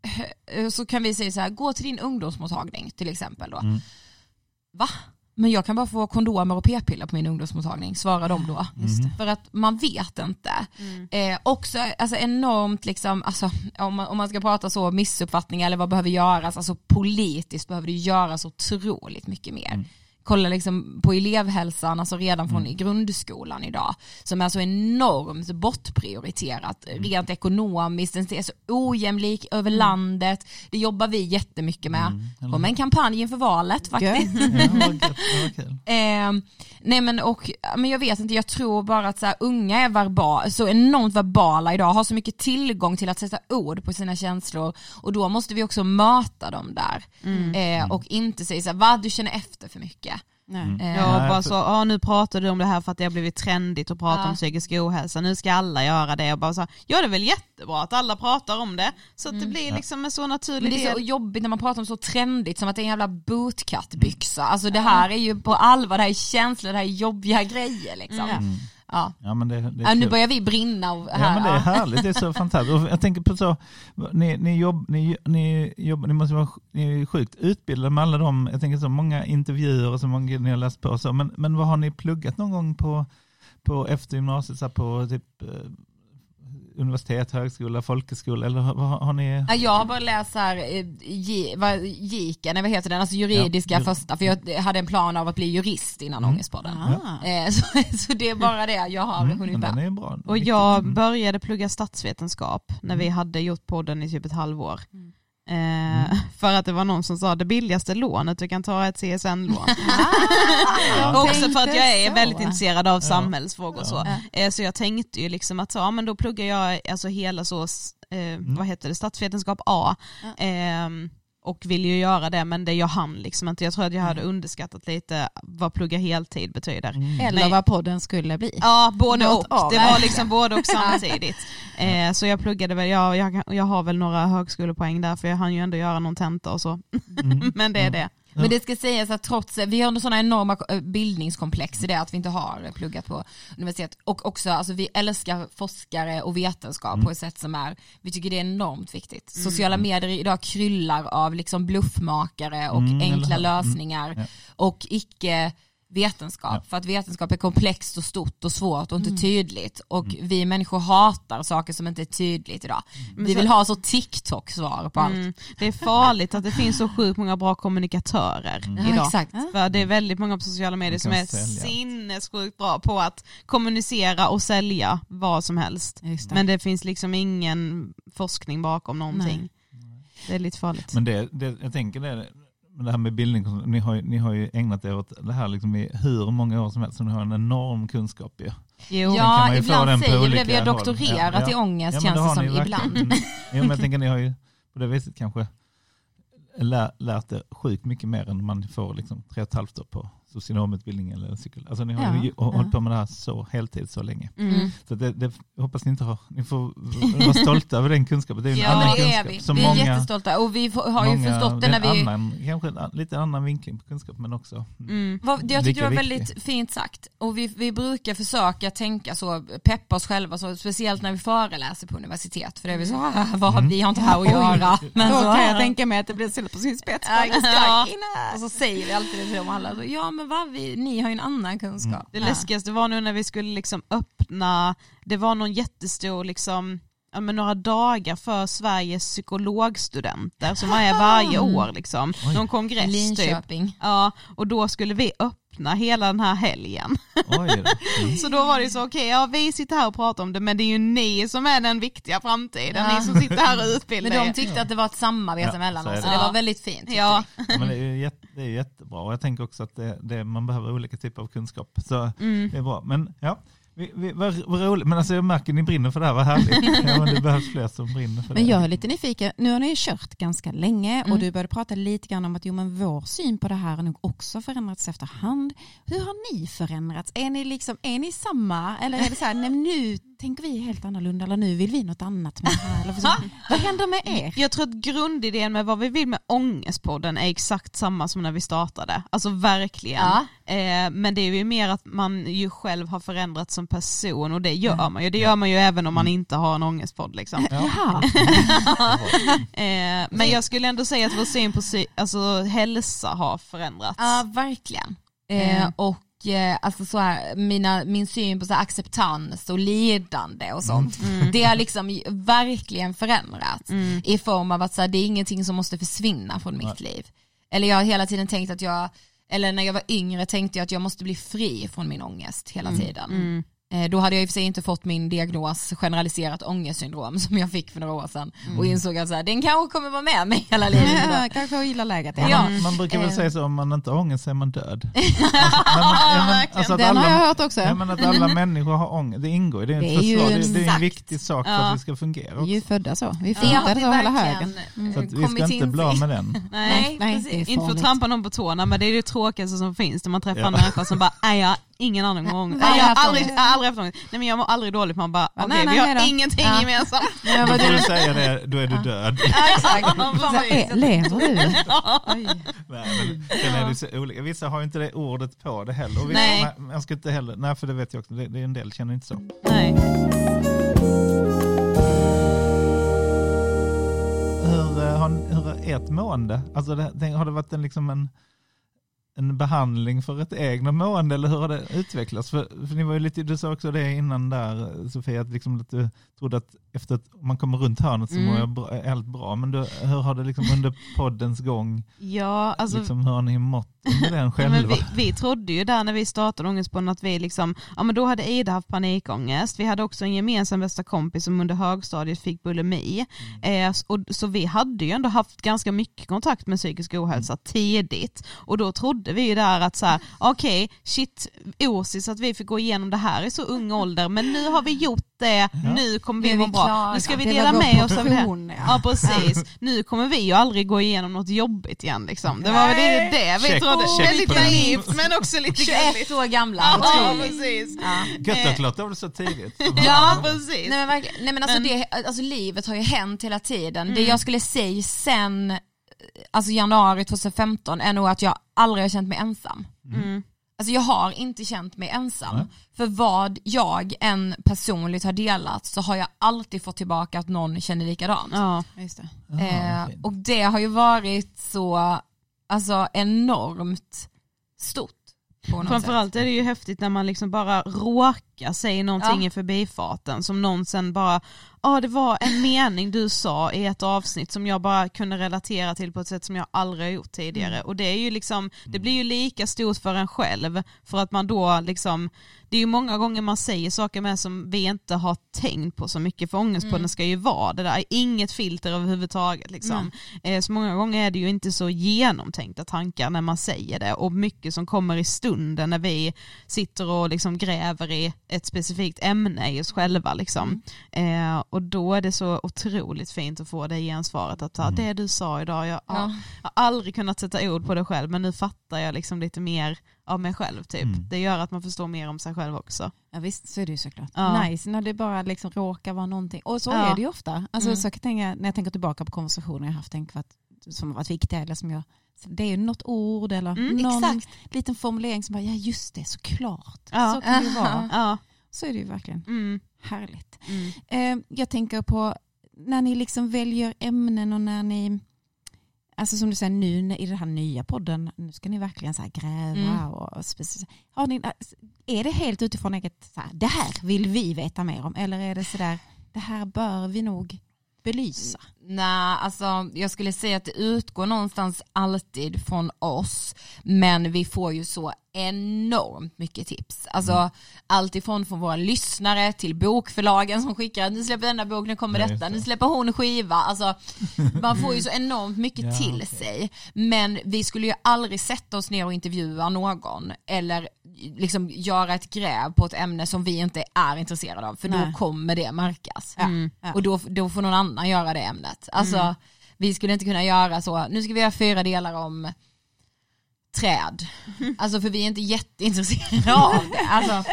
eh, så kan vi säga så här, gå till din ungdomsmottagning till exempel då. Mm. Va? Men jag kan bara få kondomer och p-piller på min ungdomsmottagning, svarar de då. Just det. För att man vet inte. Mm. Eh, också alltså enormt liksom, alltså, om, man, om man ska prata så missuppfattningar eller vad behöver göras, alltså politiskt behöver det göras otroligt mycket mer. Mm. Kolla liksom på elevhälsan, alltså redan från Mm. grundskolan idag, som är så enormt bortprioriterat, rent ekonomiskt, den är så ojämlik över landet, det jobbar vi jättemycket med. Mm, eller Kom en kampanj inför valet faktiskt. Gött. Ja, vad gött, vad kul. Eh, nej men och men jag vet inte, jag tror bara att så här, unga är verbal, så enormt verbala idag, har så mycket tillgång till att sätta ord på sina känslor, och då måste vi också möta dem där. Eh, och inte säga så här, vad du känner efter för mycket. Nej. Mm. Eh, Ja, Nej, bara för- så, ja, nu pratar du om det här för att det har blivit trendigt att prata Ja. om psykisk ohälsa, nu ska alla göra det, och bara så, ja det är väl jättebra att alla pratar om det, så att det blir liksom en så naturlig Men det är så del. jobbigt när man pratar om så trendigt som att det är en jävla bootcut-byxa. Alltså det här är ju på allvar, det här är känslor, det här är jobbiga grejer liksom. Mm. Ja. Ja, men det, det är Ja, nu kul. börjar vi brinna och Ja, här. men det är ja. härligt, det är så fantastiskt. Och jag tänker på så, ni, ni, jobb, ni, ni, jobb, ni måste vara ni är sjukt utbildade med alla de, jag tänker så många intervjuer och så många ni har läst på. Så, men, men vad har ni pluggat någon gång på, på efter gymnasiet, så här på typ eh, universitet, högskola, folkhögskola, eller vad har, har ni? Ja, jag har bara läst så här, eh, G- vad, giken, vad heter den, alltså juridiska Ja. första, för jag hade en plan av att bli jurist innan Mm. Ångestpodden. Ah. Eh, så, så det är bara det jag har Mm, hunnit men den med. är bra. Och Viktigt. jag Mm. började plugga statsvetenskap när vi hade gjort podden i typ ett halvår. Eh, för att det var någon som sa det billigaste lånet, du kan ta ett C S N-lån. Ah, också för att jag är så. väldigt intresserad av Ja. samhällsfrågor och så. Ja. Så jag tänkte ju liksom att ja, men då pluggar jag alltså hela så, eh, Mm. vad heter det, statsvetenskap A. Ja. Eh, och vill ju göra det, men det jag hann liksom inte. Jag tror att jag hade underskattat lite vad plugga heltid betyder. Mm. Eller Nej. vad podden skulle bli. Ja, både Något och. av, Det var verkligen. liksom både och samtidigt. Eh, så jag pluggade väl, jag, jag, jag har väl några högskolepoäng där, för jag hann ju ändå göra någon tenta och så. Mm. Men det är det. Men det ska sägas att trots, vi har sådana enorma bildningskomplex i det att vi inte har pluggat på universitet, och också alltså vi älskar forskare och vetenskap Mm. på ett sätt som är, vi tycker det är enormt viktigt. Sociala medier idag kryllar av liksom bluffmakare och Mm, eller enkla hur? lösningar Mm. Ja. och icke vetenskap, Ja. för att vetenskap är komplext och stort och svårt och inte tydligt, och vi människor hatar saker som inte är tydligt idag. Vi vill ha så TikTok-svar på allt. Mm. Det är farligt att det finns så sjukt många bra kommunikatörer Ja, idag. exakt. För det är väldigt många på sociala medier Man som kan är sälja. sinnessjukt bra på att kommunicera och sälja vad som helst. Just det. Men det finns liksom ingen forskning bakom någonting. Nej. Det är lite farligt. Men det, det, jag tänker det, det här med bildning, ni har, ju- ni har ju ägnat er åt det här liksom i hur många år som helst, så ni har en enorm kunskap ju. Jo. kan Ja, man ju få ibland den på säger vi olika det, vi har håll. doktorerat Ja, ja. i ångest, Ja, men känns det det har som ni verkligen. ibland. Jo, men jag tänker ni har ju på det viset kanske lär, lärt er sjukt mycket mer än man får liksom tre och ett halvt år på socionomutbildning eller cykel. Alltså ni har Ja, ju ja. hållit på med det här så heltid så länge. Mm. Så det, det jag hoppas ni inte har, ni får vara stolta över den kunskapen. Det är en Ja, annan Ja, det är kunskap. vi. Som Vi är många, jättestolta, och vi får- har ju många, förstått det är när en vi... annan, kanske en lite annan vinkling på kunskap, men också Mm. Vad- Jag tycker Lika det var viktig. väldigt fint sagt, och vi, vi brukar försöka tänka så, peppa oss själva så, speciellt när vi föreläser på universitet, för det är vi så, "Ah, vad har Mm. vi har inte här att göra." Men Då så, kan "Ah." jag tänka mig att det blir ställt på sin spets. Ja, exakt. Ja. Och så säger vi alltid det till dem alla, så, ja men vad vi, ni har ju en annan kunskap. Det läskigaste var nu när vi skulle liksom öppna, det var någon jättestor liksom, ja, men några dagar för Sveriges psykologstudenter som är varje år liksom, Oj. någon kongress typ. Linköping. Ja, och då skulle vi öppna hela den här helgen. oj då. Mm. Så då var det ju så, okej, okay, ja vi sitter här och pratar om det, men det är ju ni som är den viktiga framtiden, Ja. ni som sitter här och utbildar Men de er. tyckte att det var ett samarbete Ja, mellan så är oss, det. så det Ja. var väldigt fint. tyckte Ja. vi. Ja, men det är ju jätte, det är jättebra, och jag tänker också att det, det, man behöver olika typer av kunskap, så Mm. det är bra. Men ja, vi, vi, vad, vad roligt, men alltså jag märker ni brinner för det här, vad härligt. Ja, men det behövs fler som brinner för det. Men jag är lite nyfiken, nu har ni kört ganska länge Mm. och du började prata lite grann om att jo, men vår syn på det här har nog också förändrats efterhand. Hur har ni förändrats? Är ni, liksom, är ni samma, eller är det så här, nej, nu tänker vi helt annorlunda, eller nu vill vi något annat med det här? Eller så, vad händer med er? Jag tror att grundidén med vad vi vill med Ångestpodden är exakt samma som när vi startade. Alltså verkligen. Ja. Eh, men det är ju mer att man ju själv har förändrats som person, och det gör man ju. Det gör man ju även om man inte har en ångestpodd liksom. Jaha. Eh, men jag skulle ändå säga att vår syn på sy- alltså, hälsa har förändrats. Ja, verkligen. Eh, Mm. och eh, alltså så här, mina, min syn på så här acceptans och lidande och sånt, det har liksom verkligen förändrats Mm. i form av att så här, det är ingenting som måste försvinna från mitt liv. Eller jag har hela tiden tänkt att jag, eller när jag var yngre tänkte jag att jag måste bli fri från min ångest hela tiden. Mm. Eh, Då hade jag i och för sig inte fått min diagnos generaliserat ångestsyndrom som jag fick för några år sedan, och insåg att så här, den kanske kommer vara med mig hela livet. Ja, kanske jag gillar läget. Ja, Ja. man, man brukar väl Eh. säga så, om man inte har ångest så är man död. Alltså, men, man, ja, men, alltså att Den har jag alla, hört också. ja, men att alla människor har ångest, det ingår, det är, Det ett är ju försvar, det, det är en exakt. viktig sak för Ja. att vi ska fungera också. Vi är ju födda så. Vi Det har funkade vi så hela verkligen högen. Så att vi kommit ska inte in bli av till. med den. Nej, Nej, precis. det är inte för att farligt. trampa någon på tårna, men det är det tråkigaste som finns när man träffar Ja. en människa som bara, nej jag har ingen aning om ångest. Vad har Nej, jag jag har haft aldrig, ångest? jag har aldrig haft ångest. Nej men jag mår aldrig dåligt, man bara, Ja, okej nej, nej, vi har nej då. ingenting Ja. gemensamt. Ja, Om vad du du, säger det, då är du död. Exakt. så, är, lever du? Oj. Nej, men sen är det så olika. Vissa har ju inte det ordet på det heller. Och vissa, Nej. nej. Jag ska inte heller, nej för det vet jag också, det, det är en del känner inte så. Nej. Hur, eh, har, hur är ert mående? Alltså det, det, har det varit en, liksom en, en behandling för ett egna mående, eller hur har det utvecklats? För, för ni var ju lite, du sa också det innan där, Sofia, att, liksom, att du trodde att efter att man kommer runt hörnet så Mm. mår jag bra, helt bra. Men du, hur har det liksom under poddens gång, Ja, alltså liksom, hur har ni mått med den själva. Men vi, vi trodde ju där när vi startade Ångestpodden att vi liksom, ja men då hade Ida haft panikångest. Vi hade också en gemensam bästa kompis som under högstadiet fick bulimi. Mm. Eh, och, så vi hade ju ändå haft ganska mycket kontakt med psykisk ohälsa mm. tidigt. Och då trodde vi ju där att så här, okej, okay, shit, osis att vi fick gå igenom det här i så ung ålder. Men nu har vi gjort det, ja. Nu kommer vi vara bra. Nu ska vi dela med oss av det. Ja. ja, precis. Nu kommer vi ju aldrig gå igenom något jobbigt igen liksom. Det var väl det, det vi check, trodde. Check lite naivt men också lite tjugoett år gamla. Ja, precis. Ja. Gött att låta det så tidigt. Ja, precis. Nej men, nej, men alltså, men, det, alltså livet har ju hänt hela tiden. Mm. Det jag skulle säga sen alltså januari tjugohundrafemton är nog att jag aldrig har känt mig ensam. Mm. Alltså jag har inte känt mig ensam. Mm. För vad jag än personligt har delat så har jag alltid fått tillbaka att någon känner likadant. Ja, just det. Eh, och det har ju varit så alltså enormt stort. Framförallt är det ju häftigt när man liksom bara råkar säga någonting ja. i förbifarten som någon sen bara, ja ah, det var en mening du sa i ett avsnitt som jag bara kunde relatera till på ett sätt som jag aldrig har gjort tidigare. Mm. Och det är ju liksom, det blir ju lika stort för en själv för att man då liksom, det är ju många gånger man säger saker med som vi inte har tänkt på så mycket, för Ångestpodden mm. ska ju vara det där, inget filter överhuvudtaget liksom. Mm. Så många gånger är det ju inte så genomtänkta tankar när man säger det, och mycket som kommer i stunden när vi sitter och liksom gräver i ett specifikt ämne i oss själva liksom. Mm. Eh, och då är det så otroligt fint att få det gensvaret att ta mm. det du sa idag, jag, ja. jag har aldrig kunnat sätta ord på det själv, men nu fattar jag liksom lite mer av mig själv typ. Mm. Det gör att man förstår mer om sig själv också. Ja visst, så är det ju såklart. Ja. Nice, när det bara liksom råkar vara någonting. Och så ja. är det ju ofta. Alltså, mm. så jag kan tänka, när jag tänker tillbaka på konversationer jag haft tänkt att, som har varit viktiga eller som jag, det är ju något ord eller mm, någon exakt. liten formulering som bara, ja just det, såklart. Ja. Så kan det ju vara. Ja. Så är det ju verkligen. Mm. Härligt. Mm. Eh, jag tänker på när ni liksom väljer ämnen och när ni, alltså som du säger nu i den här nya podden, nu ska ni verkligen så här gräva mm. och speciellt. Har ni, är det helt utifrån eget så här, det här vill vi veta mer om, eller är det så där, det här bör vi nog belysa? Nej, alltså jag skulle säga att det utgår någonstans alltid från oss, men vi får ju så enormt mycket tips. Alltså mm. allt ifrån från våra lyssnare till bokförlagen som skickar, nu släpper denna bok, nu kommer ja, detta, nu släpper hon skiva. Alltså man får ju så enormt mycket ja, till okay. sig. Men vi skulle ju aldrig sätta oss ner och intervjua någon eller liksom göra ett gräv på ett ämne som vi inte är intresserade av, för Nej. då kommer det märkas. Mm. Ja. Och då, då får någon annan göra det ämnet. Alltså mm. vi skulle inte kunna göra så, nu ska vi göra fyra delar om träd. Alltså för vi är inte jätteintresserade av det. Alltså,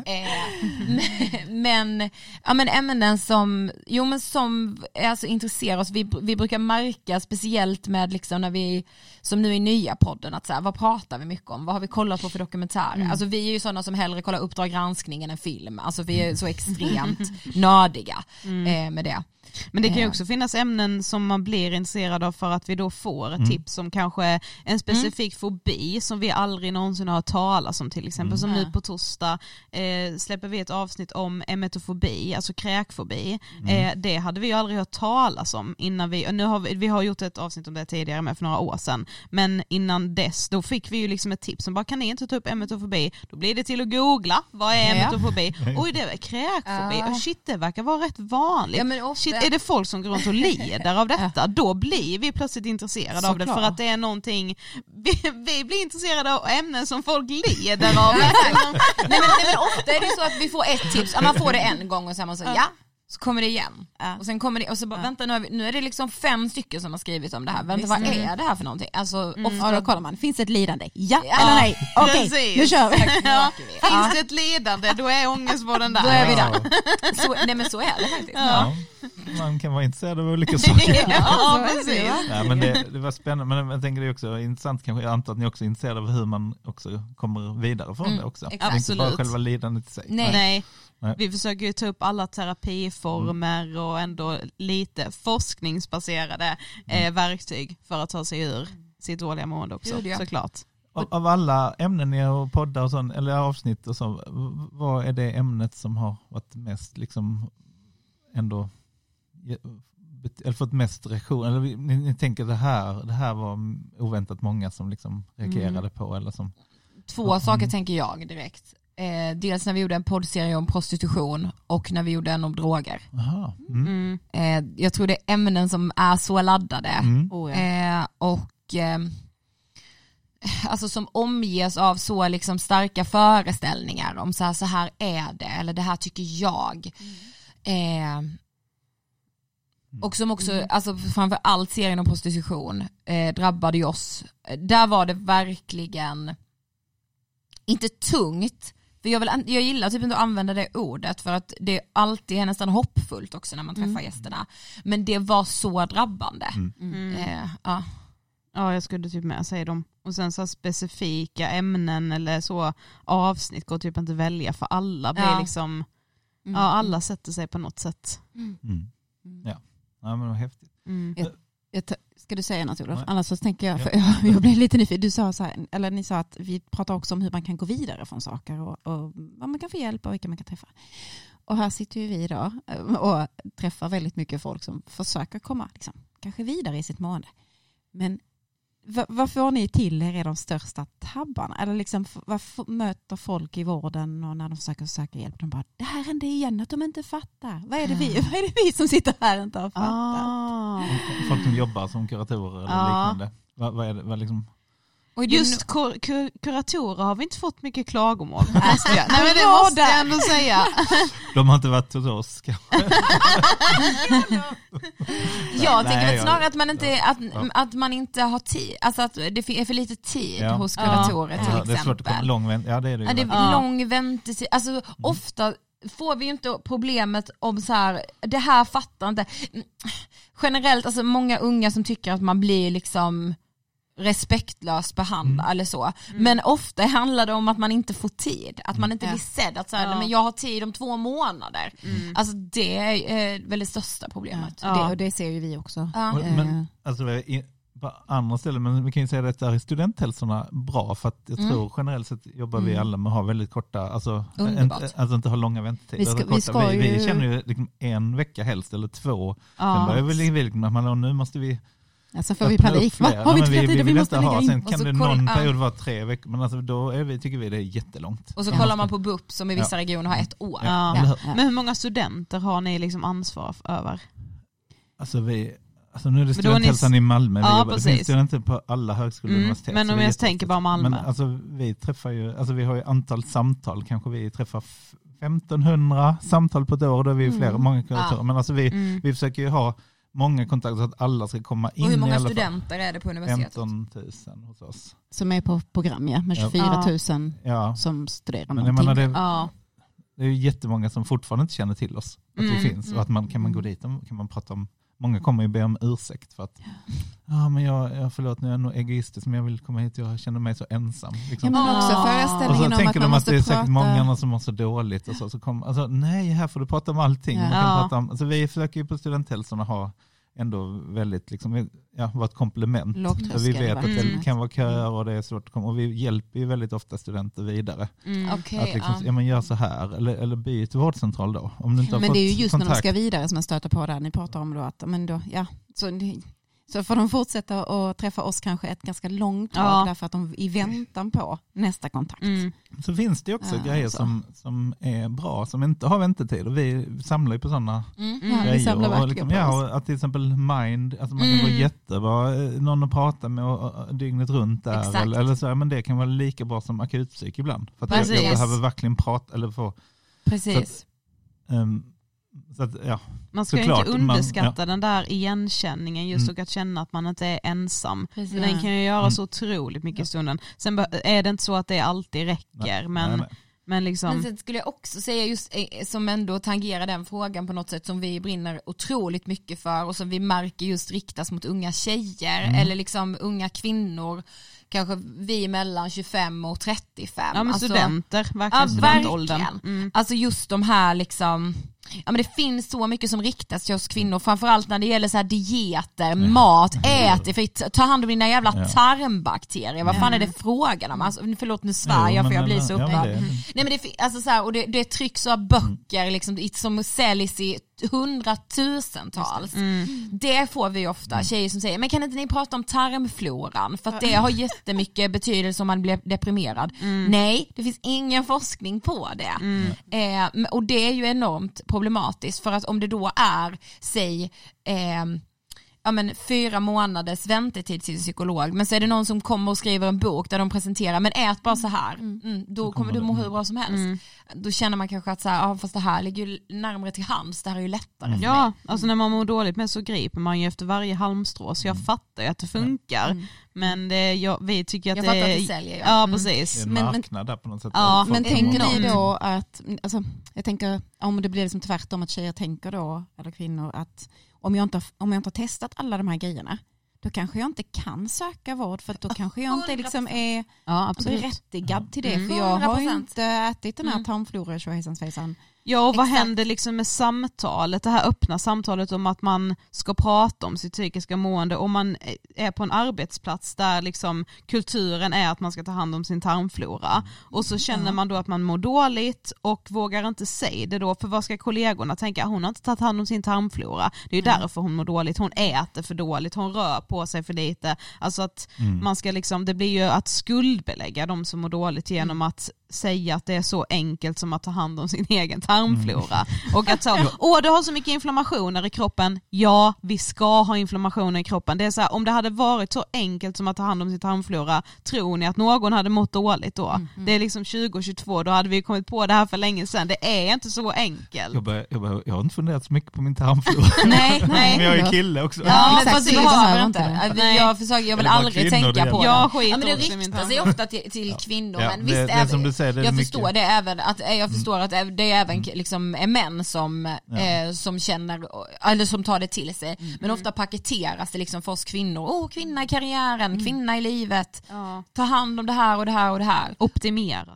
eh, men ja men ämnen som jo men som alltså intresserar oss, vi, vi brukar märka speciellt med liksom när vi som nu i nya podden att så här, vad pratar vi mycket om, vad har vi kollat på för dokumentärer. Mm. Alltså vi är ju sådana som hellre kollar Uppdrag granskning än en film. Alltså vi är så extremt nördiga mm. eh, med det. Men det kan ju också finnas ämnen som man blir intresserad av för att vi då får ett mm. tips om kanske en specifik mm. fobi som vi aldrig någonsin har hört talas om, till exempel mm. som nu på torsdag eh, släpper vi ett avsnitt om emetofobi, alltså kräkfobi. Mm. Eh, det hade vi ju aldrig hört talas om innan vi, nu har vi, vi har gjort ett avsnitt om det tidigare med för några år sedan, men innan dess då fick vi ju liksom ett tips som bara, kan ni inte ta upp emetofobi? Då blir det till att googla, vad är emetofobi? Ja. Oj, det är kräkfobi. Uh. Och shit, det verkar vara rätt vanligt. Ja, men ofta... shit, är det folk som går runt och lider av detta, då blir vi plötsligt intresserade så av det klar. För att det är någonting vi, vi blir intresserade av ämnen som folk lider av. nej, men, nej men ofta är det så att vi får ett tips, man får det en gång och sen man säger ja, så kommer det igen. Ja. Och sen kommer det och så bara, ja. vänta nu är, vi, nu är det liksom fem stycken som har skrivit om det här. Vänta, vad är det här för någonting? Alltså mm. ofta då kollar man, finns det ett lidande? Ja, ja. eller nej? Okej, okay, nu kör vi. Ja. Finns det ett lidande, då är ångestvården där. Då är vi där. Så, nej men så är det faktiskt. Ja. Man kan vara intresserad av olika saker. Ja, precis. Ja, men det, det var spännande, men jag tänker det är också intressant kanske, jag antar att ni också är intresserade av hur man också kommer vidare från mm. det också. Absolut. Inte bara själva lidandet i sig. Nej. nej. Nej. Vi försöker ju ta upp alla terapiformer mm. och ändå lite forskningsbaserade eh, verktyg för att ta sig ur sitt dåliga mående också, ja. såklart. Av, av alla ämnen ni har poddar och sånt, eller avsnitt och så, vad är det ämnet som har varit mest liksom ändå eller fått mest reaktion? Eller ni, ni tänker det här, det här var oväntat många som liksom reagerade mm. på? Eller som, Två mm. saker tänker jag direkt. Eh, dels när vi gjorde en poddserie om prostitution och när vi gjorde en om droger. Aha. Mm. Mm. Eh, jag tror det är ämnen som är så laddade. Mm. Oh, ja. eh, och eh, alltså som omges av så liksom starka föreställningar om så här, så här är det, eller det här tycker jag. Mm. Eh, och som också, mm. alltså framför allt serien om prostitution eh, drabbade ju oss. Där var det verkligen inte tungt, för jag, vill, jag gillar typ inte att använda det ordet, för att det alltid är nästan hoppfullt också när man träffar mm. gästerna. Men det var så drabbande. Mm. Mm. Eh, ja. Ja, jag skulle typ med säga dem. Och sen så specifika ämnen eller så avsnitt går typ inte välja, för alla blir ja. liksom Mm. ja, alla sätter sig på något sätt. Mm. Mm. Ja. Ja, men det var häftigt. Mm. Jag, jag t- ska du säga något, Olof? Nej. Annars så tänker jag, Ja. för jag, jag blev lite nyfiken. Du sa så här, eller ni sa att vi pratar också om hur man kan gå vidare från saker och, och vad man kan få hjälp och vilka man kan träffa. Och här sitter ju vi idag och träffar väldigt mycket folk som försöker komma liksom, kanske vidare i sitt mående. Men v- vad får ni till er är de största tabbarna? Eller liksom, vad f- möter folk i vården och när de försöker söka hjälp? De bara, det här hände igen, att de inte fattar. Vad är det vi, vad är det vi som sitter här och inte har fattat? Ah. Folk som jobbar som kuratorer eller Ja. liknande. Vad, vad är det? Vad liksom... Och Just kur- kur- kuratorer har vi inte fått mycket klagomål på. Nej, men det måste jag ändå säga. De har inte varit hos oss. jag Nej, tänker väl jag- snarare att man inte, att, Ja. att man inte har tid, alltså att det är för lite tid Ja. hos kuratorer Ja. till Ja, det är svårt att komma exempel. lång vänt. Ja, det är det ju. Ja, det är Ja. lång väntetid. Alltså ofta får vi ju inte problemet om så här, det här fattar inte. Generellt, alltså många unga som tycker att man blir liksom respektlöst behandlad Mm. eller så. Men ofta handlar det om att man inte får tid. Att man inte Ja. blir sedd. Att så här, Ja. men jag har tid om två månader. Mm. Alltså det är eh, väl det största problemet. Ja. Det, och det ser ju vi också. Ja. Och- Eh, Men alltså, i, på andra ställen, men vi kan ju säga att där är studenthälsorna bra, för att jag Mm. tror generellt sett jobbar vi Mm. alla med att ha väldigt korta, alltså Underbart. inte, alltså inte ha långa väntetider. Vi ska- Alltså vi korta. ska vi, vi ju- känner ju liksom en vecka helst, eller två. Sen Ja. börjar vi vi liksom att man, nu måste vi Alltså får vi öppna upp panik. Va? fler. Har vi Nej, inte men fler tid? vi, Vi vill måste inte lägga ha, in. sen Och kan så det koll- någon ja. period vara tre veckor, men alltså då är vi, tycker vi det är jättelångt. Och så Ja. kollar man på B U P som i vissa Ja. regioner har ett år. Ja. eller hur? Ja. Men hur många studenter har ni liksom ansvar över? Alltså vi, alltså nu är det Men då är ni- studenthälsan i Malmö, vi Ja, jobbar. Det precis. finns studenter på alla högskolor och Mm, universitet. men så om det är jag tänker bara Malmö. Men alltså vi träffar ju, alltså vi har ju antal samtal, kanske vi träffar f- femtonhundra samtal på ett år, då är vi ju flera, Mm. många kuratorer. Ja. Men alltså vi, Mm. vi försöker ju ha många kontakter så att alla ska komma in Och hur i många alla fall. studenter är det på universitetet? femton tusen hos oss. Som är på program, ja, med Ja. tjugofyra tusen Ja, som studerar men jag någonting. menar det, Ja. det är ju jättemånga som fortfarande inte känner till oss, att Mm, vi finns. Och att man, kan man gå dit och kan man prata om, många kommer ju be om ursäkt för att ja, men jag, jag förlåt, nu är jag nog egoistisk, men jag vill komma hit och jag känner mig så ensam. Ja, Liksom. men också Ah. Och föreställningen så om att tänker man de att måste det är prata... säkert många som mår så dåligt. Och så, så kom, alltså, nej, här får du prata om allting. Man kan Ja. prata om, alltså, vi försöker ju på studenthälsorna ha ändå väldigt, liksom, ja, vara ett komplement. Lågt Så vi tröskel, vet att det verkligen. kan vara köer och det är svårt att komma. Och vi hjälper ju väldigt ofta studenter vidare. Mm. Okej, Att liksom, ja. ja, men gör så här, eller, eller byt vårdcentral då. Om du inte har Men fått det är ju just när kontakt. de ska vidare som man stöter på där. Ni pratar om då att, men då, ja, så, så får de fortsätta att träffa oss kanske ett ganska långt tag, Ja. därför att de i väntan på nästa kontakt. Mm. Så finns det ju också Ja, grejer så. som, som är bra, som inte har väntetid. Och vi samlar ju på sådana Mm. Mm. Ja, vi samlar och verkligen liksom, på ja, oss. och att till exempel Mind, alltså man kan Mm. vara jättebra eh, någon att prata med och, och, dygnet runt där, Exakt. eller, eller så här, men det kan vara lika bra som akutpsyk ibland. För att jag, Precis. jag behöver verkligen prata eller få, Precis. um, så att, ja. Man ska ju Såklart, inte man- underskatta den där igenkänningen, just Mm. och att känna att man inte är ensam. Precis. För den kan ju göra Mm. så otroligt mycket i stunden. Sen be- är det inte så att det alltid räcker, Nej, men, nej, nej. men liksom... Men sen skulle jag också säga just eh, som ändå tangerar den frågan på något sätt som vi brinner otroligt mycket för och som vi märker just riktas mot unga tjejer Mm. eller liksom unga kvinnor, kanske vi mellan tjugofem och trettiofem. Ja, men Alltså- studenter, verkligen Ja, studentåldern. verkligen. Mm. Alltså just de här liksom, ja men det finns så mycket som riktas till oss kvinnor, framförallt när det gäller så här dieter, mat, ät, för ta hand om dina jävla Ja. tarmbakterier, vad fan är det frågan om? Alltså, förlåt nu svär Jo, jag men- för jag blir men- så ja, men upprörd. det- Nej men det, fi- alltså så här, och det, det trycks av böcker liksom, i- som säljs i hundratusentals. Det. Mm. det får vi ofta Mm. tjejer som säger, men kan inte ni prata om tarmfloran? För att det har jättemycket betydelse om man blir deprimerad. Mm. Nej, det finns ingen forskning på det. Mm. Eh, och det är ju enormt problematiskt, för att om det då är, säg, eh, ja, men fyra månaders väntetid till psykolog, men så är det någon som kommer och skriver en bok där de presenterar, men ät bara så här, mm. Mm, då, då kommer du må hur bra som helst. Mm. Då känner man kanske att så här, ja, fast det här ligger ju närmare till hands, det här är ju lättare mm. för Ja, mig. alltså när man mår dåligt med så griper man ju efter varje halmstrå, så jag Mm. fattar ju att det funkar, mm. men det, jag, vi tycker att jag det fattar är... att det säljer, ja. Ja, Mm. precis. Det är en Men- marknad där på något sätt. Ja, Men tänker ni Mm. då att, alltså, jag tänker om det blir liksom tvärtom, att tjejer tänker då, eller kvinnor, att om jag inte, om jag inte har testat alla de här grejerna, då kanske jag inte kan söka vård, för att då kanske jag inte liksom är Ja, absolut. berättigad till det, Mm. för jag har ju hundra procent. inte ätit den här Mm. tarmflora tjohejsan svejsan. Ja, och vad Exakt. händer liksom med samtalet, det här öppna samtalet om att man ska prata om sitt psykiska mående, om man är på en arbetsplats där liksom kulturen är att man ska ta hand om sin tarmflora, och så känner Ja. man då att man mår dåligt och vågar inte säga det då, för vad ska kollegorna tänka? Hon har inte tagit hand om sin tarmflora, det är ju Mm. därför hon mår dåligt, hon äter för dåligt, hon rör på sig för lite, alltså att Mm. man ska liksom, det blir ju att skuldbelägga de som mår dåligt genom att säga att det är så enkelt som att ta hand om sin egen tarmflora. Mm. Och att så, åh, du har så mycket inflammationer i kroppen. Ja, vi ska ha inflammationer i kroppen. Det är så här, om det hade varit så enkelt som att ta hand om sin tarmflora, tror ni att någon hade mått dåligt då? Mm. Det är liksom tjugo tjugotvå, då hade vi kommit på det här för länge sedan. Det är inte så enkelt. Jag, börjar, jag, börjar, jag har inte funderat så mycket på min tarmflora. Nej, nej. Men jag är ju kille också. Ja, men Exakt, fast du så behöver behöver inte. inte Vi- Jag, försöker, jag vill Eller bara aldrig kvinnor, tänka det på är- det. Jag skiter Ja, men det också i min riktar sig tarmflora. ofta till, till kvinnor. Ja, men det- visst, det är även, som du säger, det är jag mycket. förstår det även, att, jag förstår att det är även liksom, är män som, Ja. eh, som känner, eller som tar det till sig. Mm. Men ofta paketeras det liksom för oss kvinnor. Åh, oh, kvinna i karriären, Mm. kvinna i livet. Ja. Ta hand om det här och det här och det här. Optimera.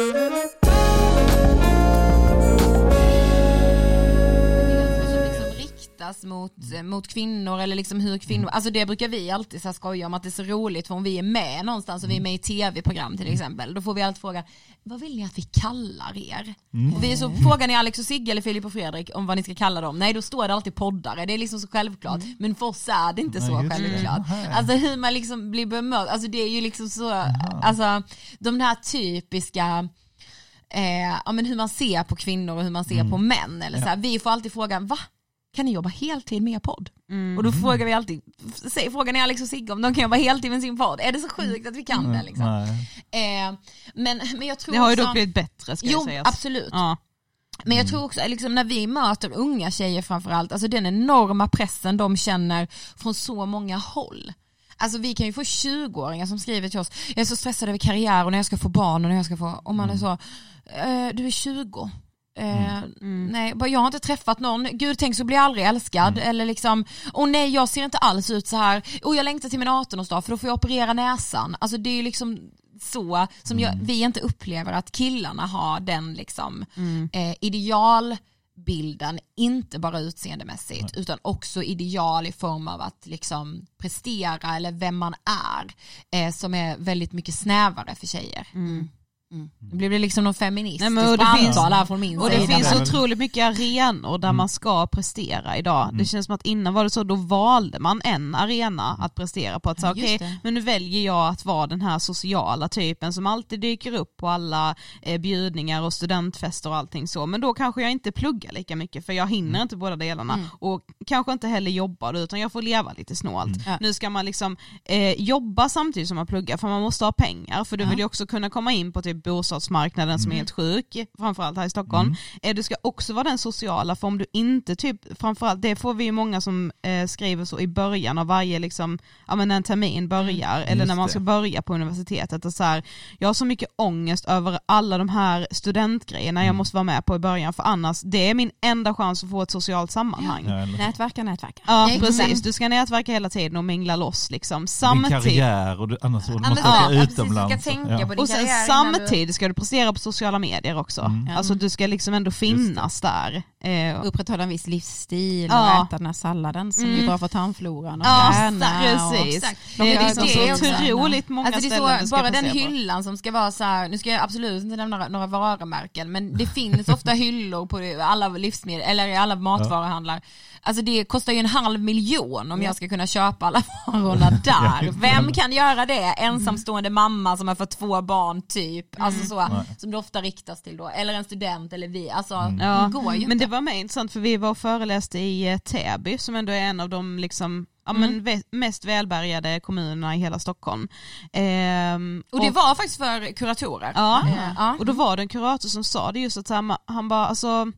Som liksom riktas mot, mot kvinnor, eller liksom hur kvinnor, alltså det brukar vi alltid så här skoja om, att det är så roligt, för om vi är med någonstans och vi är med i tv-program till exempel, då får vi alltid fråga, vad vill ni att vi kallar er? Mm. Och vi är så, frågar ni Alex och Sigge eller Filip och Fredrik om vad ni ska kalla dem? Nej, då står det alltid poddare, det är liksom så självklart, men för oss är det inte Nej, så just det. självklart. Aha. Alltså hur man liksom blir bemött, alltså det är ju liksom så, alltså de här typiska Eh, ja, men hur man ser på kvinnor och hur man ser Mm. på män. Eller så här. Vi får alltid frågan, va? Kan ni jobba heltid med er podd? Mm. Och då frågar vi alltid, säg, frågar ni Alex och Sigge om de kan jobba heltid med sin podd? Är det så sjukt att vi kan det? Liksom? Nej. Eh, men, men jag tror Det har ju också, dock blivit bättre, ska jo, jag säga. absolut. Ja. Men jag tror också, liksom, när vi möter unga tjejer framförallt, alltså den enorma pressen de känner från så många håll. Alltså vi kan ju få tjugoåringar som skriver till oss, jag är så stressad över karriär och när jag ska få barn och när jag ska få, om man är så, eh, du är tjugo. Eh, Mm. Nej, bara, jag har inte träffat någon, gud tänk så blir jag aldrig älskad, eller liksom, och nej jag ser inte alls ut så här, och jag längtar till min artonårsdag för då får jag operera näsan. Alltså det är ju liksom så som jag, vi inte upplever att killarna har den liksom Mm. eh, idealbilden, inte bara utseendemässigt, Nej. utan också ideal i form av att liksom prestera eller vem man är, eh, som är väldigt mycket snävare för tjejer. Mm. Det blir det liksom någon feministiskt Nej, men och det brandtal finns- här från min Och det sida. finns det är väl- otroligt mycket arenor där Mm. man ska prestera idag. Mm. Det känns som att innan var det så, då valde man en arena att prestera på. Att säga, Ja, just okej, det. men nu väljer jag att vara den här sociala typen som alltid dyker upp på alla eh, bjudningar och studentfester och allting så. Men då kanske jag inte pluggar lika mycket, för jag hinner inte båda delarna. Mm. Och kanske inte heller jobbar, utan jag får leva lite snålt. Mm. Ja. Nu ska man liksom eh, jobba samtidigt som man pluggar, för man måste ha pengar. För du Ja. vill ju också kunna komma in på typ bostadsmarknaden som är helt sjuk, framförallt här i Stockholm. Mm. Eh, Du ska också vara den sociala, för om du inte typ, framförallt, det får vi ju många som eh, skriver så i början av varje liksom, ja men när en termin börjar, eller Just när man det. ska börja på universitetet, och så här, jag har så mycket ångest över alla de här studentgrejerna jag Mm. måste vara med på i början, för annars, det är min enda chans att få ett socialt sammanhang. Ja. Ja, eller- Nätverka, nätverka. Exakt. Precis, du ska nätverka hela tiden och mingla loss liksom. Din Samtidigt, karriär och du, annars så du Ja, måste men- åka ja, precis, utomlands. du ska tänka Ja. på din och sen karriär innan du- samtidigt ska du prestera på sociala medier också. Mm. Alltså du ska liksom ändå finnas där. Eh, Upprätthålla en viss livsstil Ja. och äta den här salladen som Mm. är bra för tarmfloran och Ja, hjärna. precis. Och, det är Ja, liksom det så är också- otroligt många Alltså det är ställen så, du ska bara få den se på. hyllan som ska vara så här, nu ska jag absolut inte nämna några, några varumärken, men det finns ofta hyllor på det, alla livsmedel eller i alla matvaruhandlar. Alltså det kostar ju en halv miljon om jag ska kunna köpa alla varorna där. Vem kan göra det? Ensamstående mamma som har fått två barn typ, alltså så, som det ofta riktas till då, eller en student eller vi, alltså Ja, det går ju men inte. det var med intressant för vi var och föreläste i eh, Täby som ändå är en av de liksom, ja, Mm. men ve- mest välbärgade kommunerna i hela Stockholm. Ehm, Och det var faktiskt för kuratorer. Ja, Eh, ja. och då var det en kurator som sa det just att så här, ma- han bara alltså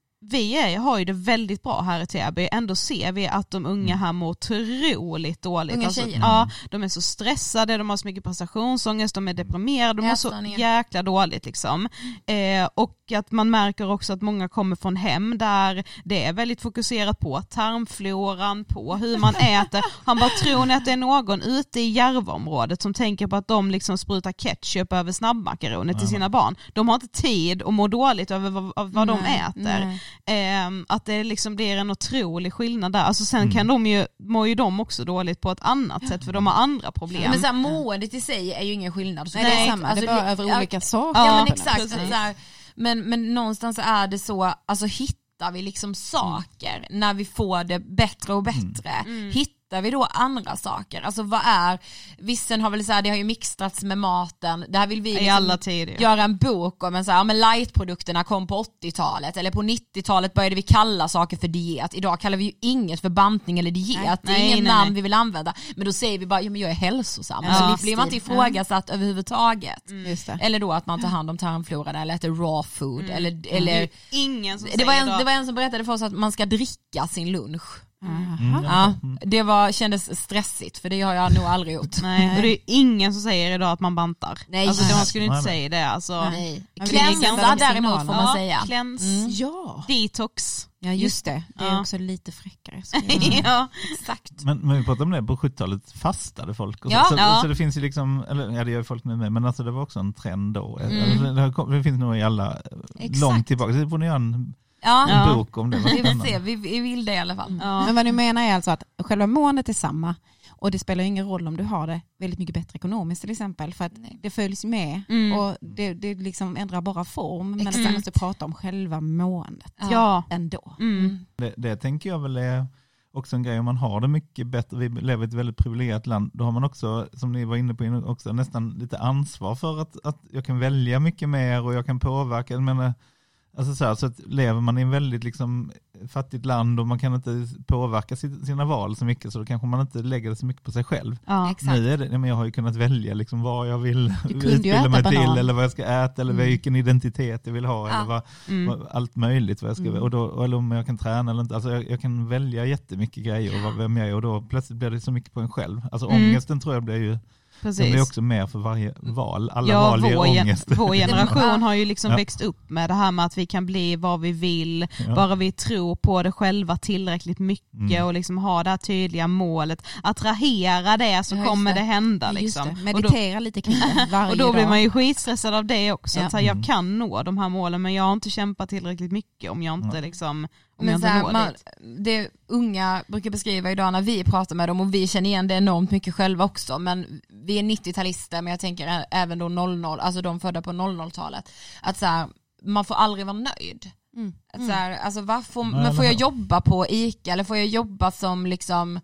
vi är, har ju det väldigt bra här i Täby, ändå ser vi att de unga här mår otroligt dåligt. Unga Alltså, tjejerna. ja, de är så stressade, de har så mycket prestationsångest, de är deprimerade, de mår så Ätstörningar. jäkla dåligt liksom. Eh, och att man märker också att många kommer från hem där det är väldigt fokuserat på tarmfloran, på hur man äter. Han bara, tror ni att det är någon ute i Järvaområdet som tänker på att de liksom sprutar ketchup över snabbmakaroner till sina barn? De har inte tid och mår dåligt över vad, av vad de Nej, äter. nej. Eh, att det liksom blir en otrolig skillnad där. Alltså sen kan de ju, mår ju de också dåligt på ett annat sätt för de har andra problem. Men så här, måendet i sig är ju ingen skillnad. Så Nej, det är direkt, samma, alltså, det är bara det- över ja, olika saker. Ja, men Ja, exakt. precis. Så här, men, men någonstans är det så, alltså hittar vi liksom saker när vi får det bättre och bättre. Hittar vi då andra saker? Alltså vad är, vissen har väl så här, det har ju mixtrats med maten, det här vill vi I liksom alla tider. göra en bok om, en så här, ja, men light-produkterna kom på åttiotalet eller på nittiotalet började vi kalla saker för diet. Idag kallar vi ju inget för bantning eller diet. Nej, det är nej, ingen nej, namn nej. vi vill använda. Men då säger vi bara, ja, men jag är hälsosam. Ja, Så det livsstil. blir man inte ifrågasatt överhuvudtaget. Just det. Eller då att man tar hand om tarmfloran eller äter raw food. Eller, Det eller, är ingen som det, var säger en, då- det var en som berättade för oss att man ska dricka sin lunch. Aha. Ja, det var, kändes stressigt för det har jag nog aldrig gjort. Nej, och det är ingen som säger idag att man bantar. Nej. Alltså det, man skulle inte Nej, nej. säga det. Alltså, Nej. Men vi är Klänsa gamla däremot får signaler. man säga. Cleanse, Mm. Ja. detox. Ja, just det. Det är Ja. också lite fräckare. Så det- ja. Exakt. Men, men vi pratade om det, på sjuttiotalet fastade folk. Och så, Ja, så, ja. så det finns ju liksom, eller ja, det gör ju folk nu med, men alltså det var också en trend då. Mm. Alltså, det, har kom- det finns nog i alla, Exakt. långt tillbaka. Så det får ni göra en, Ja, en Ja. bok om det. Vad vi vill spännande. se. Vi, vi vill det i alla fall. Ja. Men vad ni menar är alltså att själva måendet är samma och det spelar ingen roll om du har det väldigt mycket bättre ekonomiskt till exempel för att Nej. det följs med Mm. och det, det liksom ändrar bara form men Exakt. vi måste prata om själva måendet Ja. ändå. Mm. Det, det tänker jag väl är också en grej, om man har det mycket bättre, vi lever i ett väldigt privilegierat land, då har man också, som ni var inne på innan, också nästan lite ansvar för att, att jag kan välja mycket mer och jag kan påverka. Jag menar, alltså så, här, så att lever man i en väldigt liksom fattigt land och man kan inte påverka sitt, sina val så mycket, så då kanske man inte lägger det så mycket på sig själv. Ja. Exakt. Nu är det, men jag har ju kunnat välja liksom vad jag vill Du kunde ju utbilda äta mig banan. till eller vad jag ska äta eller Mm. vilken identitet jag vill ha Ja. eller vad, Mm. vad, allt möjligt vad jag ska, Mm. och då, eller om jag kan träna eller inte. Alltså jag, jag kan välja jättemycket grejer och vad, vem jag är, och då plötsligt blir det så mycket på en själv. Alltså Mm. ångesten tror jag blir ju, den Precis. blir också mer för varje val. Alla Ja, val ger vår, gen- ångest. vår generation har ju liksom Ja. växt upp med det här med att vi kan bli vad vi vill, Ja. bara vi tror på det själva tillräckligt mycket Mm. och liksom ha det här tydliga målet. Attrahera det så Ja, just kommer det. det hända. Just Liksom. det. Och då, Meditera lite kring det varje och då blir dag. man ju skitstressad av det också. Ja. Att så här, jag Mm. kan nå de här målen men jag har inte kämpat tillräckligt mycket om jag inte, Ja. liksom, om jag Men inte så här, når man, dit. det unga brukar beskriva idag när vi pratar med dem, och vi känner igen det enormt mycket själva också, men vi är nittio-talister, men jag tänker ä- även då noll noll, alltså de födda på noll noll-talet, att så här, man får aldrig vara nöjd. Mm. Att så här, alltså, vad får, Nej, men får jag eller- jobba på ICA eller får jag jobba som liksom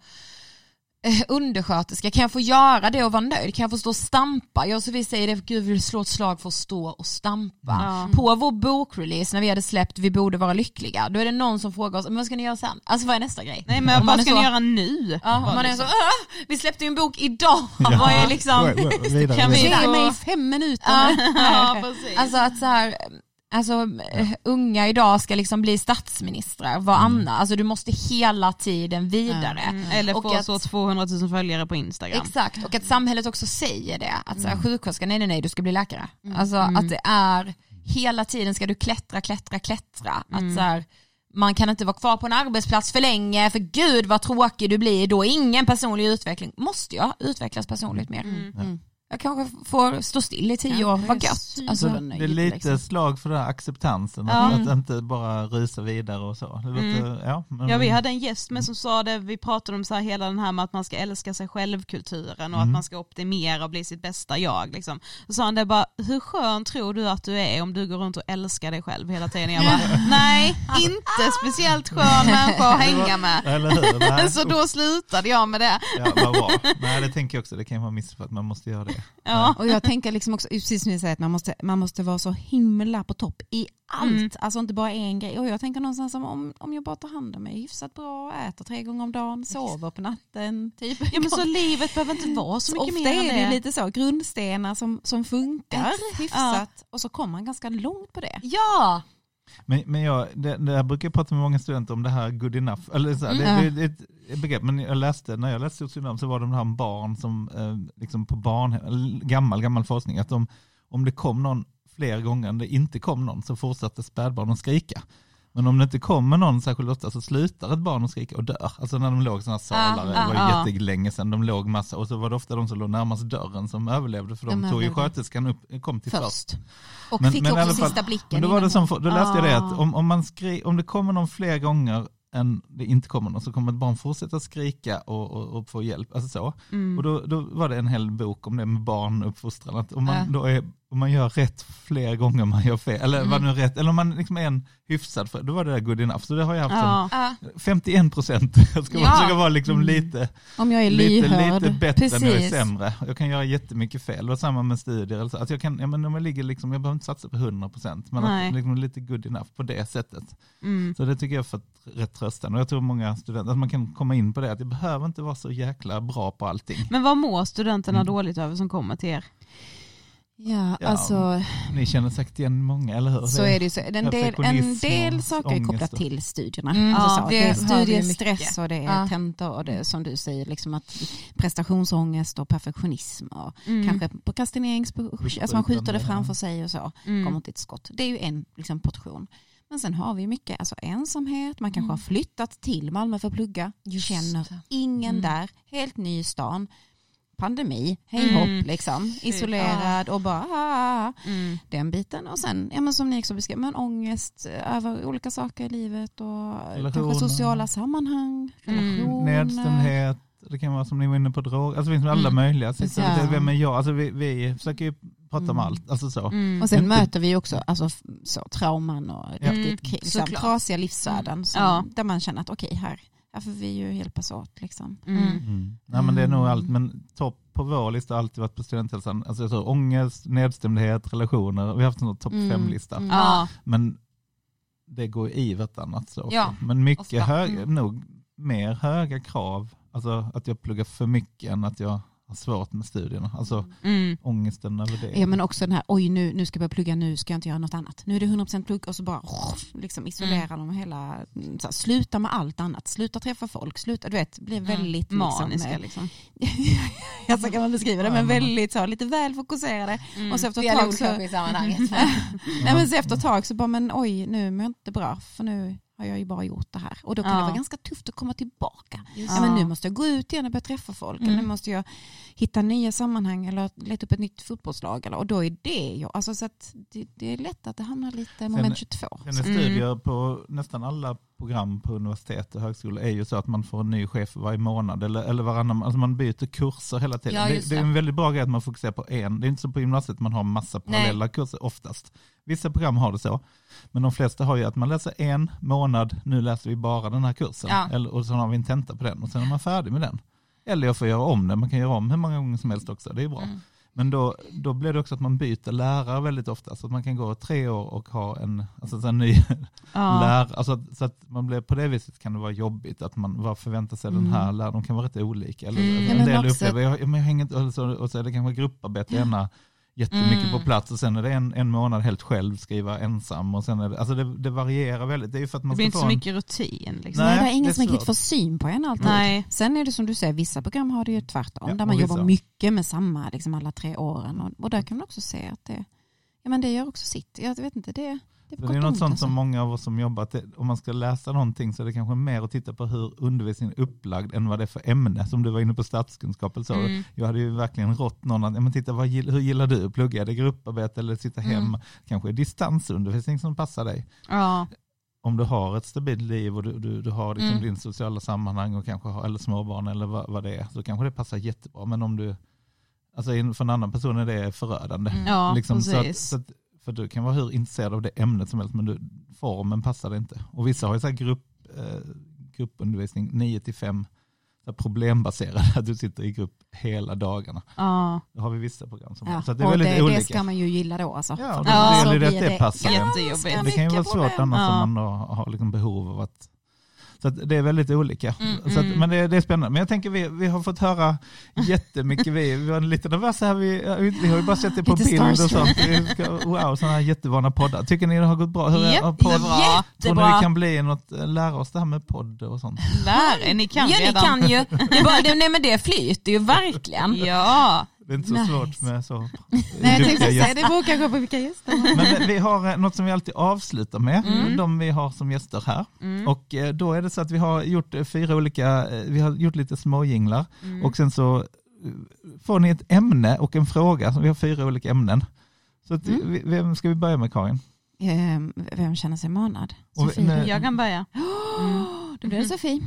eh, undersköterska? Kan jag få göra det och vara nöjd? Kan jag få stå och stampa? Jag och Sofie säger det, Gud, vi vill slå ett slag för att stå och stampa. Ja. På vår bokrelease när vi hade släppt Vi borde vara lyckliga, då är det någon som frågar oss, men vad ska ni göra sen? Alltså vad är nästa grej? Nej men Om man vad är ska så- ni göra nu? Ja, Vad man är liksom. så, "Åh, vi släppte ju en bok idag, vad är liksom... Wait, wait, vidare, Kan vi- vidare. Ge mig fem minuter. Ja. Ja, precis. Alltså att så här, alltså eh, unga idag ska liksom bli statsministrar, vad annat, alltså du måste hela tiden vidare. Mm. Eller Och få att- så tvåhundratusen följare på Instagram. Exakt, och att samhället också säger det, att så här, Mm. sjuksköterska, nej nej nej, du ska bli läkare. Alltså att det är, hela tiden ska du klättra, klättra, klättra. Att Mm. så här, man kan inte vara kvar på en arbetsplats för länge, för gud vad tråkig du blir då, ingen personlig utveckling. Måste jag utvecklas personligt mer? Mm. Mm. jag kanske får stå still i tio år, vad gött. Alltså, det är lite liksom. slag för den här acceptansen, ja. att, att inte bara rysa vidare och så. Det låter, mm. ja, men... ja, vi hade en gäst med som sa det, vi pratade om så här, hela den här med att man ska älska sig själv-kulturen och mm. att man ska optimera och bli sitt bästa jag. Liksom. Och sa han det bara, hur skön tror du att du är om du går runt och älskar dig själv hela tiden? Jag bara, nej, inte speciellt skön människa att hänga med. Eller hur? Nej. Så då slutade jag med det. Ja, vad bra. Nej, det tänker jag också, det kan ju vara missförstått, man måste göra det. Ja. Och jag tänker liksom också, precis som ni säger, att man måste, man måste vara så himla på topp i allt. Mm. Alltså inte bara en grej. Och jag tänker någonstans som om, om jag bara tar hand om mig hyfsat bra, äter tre gånger om dagen, sover på natten. Typ. Ja, men så livet behöver inte vara så mycket så mer än det. Ofta är det lite så, grundstenar som, som funkar hyfsat. Ja. Och så kommer man ganska långt på det. Ja! Men, men jag, det, det jag brukar prata med många studenter om det här good enough. Eller så här, mm. det, det, det är ett begrepp, men jag läste, när jag läste socionom så var det de här barn som eh, liksom på barn, gammal, gammal forskning, att de, om det kom någon fler gånger än det inte kom någon så fortsatte spädbarn att skrika. Men om det inte kommer någon särskilt ofta så slutar ett barn att skrika och dör. Alltså när de låg sådana salar, ah, det var ah, jättelänge sedan de låg massa. Och så var det ofta de som låg närmast dörren som överlevde. För de, de tog ju sköterskan upp, kom till först. först. Och men, fick men också fall, sista blicken. Men då, var det som, då läste ah. jag det att om, om, man skri, om det kommer någon fler gånger än det inte kommer någon så kommer ett barn fortsätta skrika och, och, och få hjälp. Alltså så. Mm. Och då, då var det en hel bok om det med barn och uppfostran. Att om man äh. då är om man gör rätt fler gånger man gör fel, eller mm. vad nu rätt, eller om man liksom är en hyfsad, för, då var det där good enough. Så det har jag haft ja. som femtioen procent. Jag ska ja. försöka vara liksom lite, om jag är lite, lite bättre Precis. än jag är sämre. Jag kan göra jättemycket fel, och samma med studier. Alltså, att jag, kan, ja, men om jag, ligger liksom, jag behöver inte satsa på hundra procent, men att, liksom, lite good enough på det sättet. Mm. Så det tycker jag för rätt trösten. Och jag tror många studenter, att man kan komma in på det, att det behöver inte vara så jäkla bra på allting. Men vad mår studenterna mm. dåligt över som kommer till er? Ja, ja, alltså... Ni känner säkert igen många, eller hur? Så är det så. En del, en del saker är kopplat till studierna. Mm. Alltså ja, så, det, det är studiestress och det är ja. tentor och det är som du säger, liksom att prestationsångest och perfektionism och mm. kanske prokrastinering, alltså man skjuter det framför sig och så, mm. kommer till ett skott. Det är ju en liksom, portion. Men sen har vi mycket alltså, ensamhet, man kanske mm. har flyttat till Malmö för att plugga, Just känner det. ingen mm. där, helt ny i stan. Pandemi, hej hopp mm. liksom, isolerad ah. och bara ah, mm. den biten. Och sen, ja, men som ni också beskrev, men ångest över olika saker i livet och kanske sociala sammanhang, relationer. Nedstämdhet, det kan vara som ni var inne på drog, alltså det finns alla mm. möjliga. Så ja. det, vem är jag? Alltså vi, vi försöker ju prata mm. om allt. Alltså så. Mm. Och sen Inte... möter vi också alltså, så, trauman och ja. riktigt liksom, trasiga livsvärden som, ja. där man känner att okej, okay, här Ja, för vi ju hjälpas åt liksom. Mm. Mm. Ja, men det är nog allt, men topp på vår lista har alltid varit på studenthälsan. Alltså jag tror ångest, nedstämdhet, relationer. Vi har haft en topp mm. fem-lista. Mm. Ja. Men det går i vartannat så. Ja. Men mycket höga, mm. nog mer höga krav. Alltså att jag pluggar för mycket än att jag har svårt med studierna. Alltså mm. ångesten över det. Ja, men också den här, oj nu, nu ska jag börja plugga, nu ska jag inte göra något annat. Nu är det hundra procent plugg och så bara liksom isolera mm. dem hela, så här, sluta med allt annat. Sluta träffa folk, sluta, du vet, blir väldigt mm. liksom, maniska liksom. Ja, så kan man beskriva det, men väldigt så, lite väl fokuserade. Mm. Och så efter ett tag så, i sammanhanget. Nej, men så efter ett tag så bara, men oj, nu mår jag inte bra, för nu har jag ju bara gjort det här. Och då kan ja. det vara ganska tufft att komma tillbaka. Ja, men nu måste jag gå ut igen och börja träffa folk. Mm. Eller nu måste jag hitta nya sammanhang eller leta upp ett nytt fotbollslag. Eller, och då är det ju. Alltså, så att det, det är lätt att det hamnar lite moment tjugotvå. Sen är studier mm. på nästan alla program på universitet och högskolor är ju så att man får en ny chef varje månad eller, eller varannan. Alltså man byter kurser hela tiden. Ja, det, det är en väldigt bra grej att man fokuserar på en. Det är inte så på gymnasiet man har massa parallella Nej. kurser oftast. Vissa program har det så. Men de flesta har ju att man läser en månad, nu läser vi bara den här kursen. Ja. Eller, och så har vi en tenta på den och sen är man färdig med den. Eller jag får göra om den, man kan göra om hur många gånger som helst också, det är bra. Mm. Men då, då blir det också att man byter lärare väldigt ofta. Så att man kan gå tre år och ha en, alltså en ny ja. lärare. Alltså, så att man blir, på det viset kan det vara jobbigt att man vad förväntar sig mm. den här läraren. De kan vara rätt olika. Eller, mm. En del också upplever, jag, jag hänger inte, och så, och så är det kanske grupparbete mm. ena jättemycket mm. på plats och sen är det en, en månad helt själv skriva ensam och sen är det, alltså det, det varierar väldigt. Det är ju för att man det blir inte så en... mycket rutin. Liksom. Nej, det är ingen som riktigt får syn på en alltid. Nej. Sen är det som du säger, vissa program har det ju tvärtom. Ja, där man vissa. jobbar mycket med samma liksom alla tre åren. Och, och där kan man också se att det, ja, men det gör också sitt. Jag vet inte, det Det är, det är något ont, sånt alltså. som många av oss som jobbat, om man ska läsa någonting så är det kanske mer att titta på hur undervisningen är upplagd än vad det är för ämne, som du var inne på statskunskap eller så. Mm. Jag hade ju verkligen rått någon att, men titta, vad, hur gillar du? Plugga det grupparbete eller sitta hem? Mm. Kanske distansundervisning som passar dig. Ja. Om du har ett stabilt liv och du, du, du har liksom Mm. din sociala sammanhang och kanske har, eller småbarn eller vad, vad det är, så kanske det passar jättebra. Men om du, alltså för en annan person är det förödande. Mm. Ja, liksom, så att, precis. så att, för du kan vara hur intresserad av det ämnet som helst, men du, formen passar det inte. Och vissa har ju så här grupp, eh, gruppundervisning nio till fem, så här problembaserad, att du sitter i grupp hela dagarna. Ja. Då har vi vissa program som Ja. så att det är och väldigt det, olika. det ska man ju gilla då alltså. Ja, För då Ja, gäller det blir att det passar. jättejobbigt. ganska Det kan ju vara mycket svårt problem. annars Ja. om man då har liksom behov av att... Så att det är väldigt olika. Mm, så att, mm. men det, det är spännande. Men jag tänker vi, vi har fått höra jättemycket. Vi, vi var lite nervösa här. Vi, vi har ju bara sett det på Lite bild och starstruck. sånt. Vi ska, wow, sådana här jättevana poddar. Tycker ni det har gått bra? Hur är, har podd, Jättebra. tror ni Jättebra. vi kan bli något, lära oss det här med podd och sånt? Lär er, ni kan ja, ni redan. kan ju. Det, bara, det, nej, men det flyter ju verkligen. Ja. Det är inte så Nice. svårt med så Nej, jag duktiga tänkte säga, gäster. det beror kanske på vilka gäster. Men vi har eh, något som vi alltid avslutar med, Mm. de vi har som gäster här. Mm. Och eh, då är det så att vi har gjort eh, fyra olika, eh, vi har gjort lite små jinglar. Mm. Och sen så eh, får ni ett ämne och en fråga, så vi har fyra olika ämnen. Så att, Mm. vi- vem ska vi börja med, Karin? Ehm, Vem känner sig manad? Och vi- Sofie. nej. Jag kan börja. Mm. Då blir det Sofie.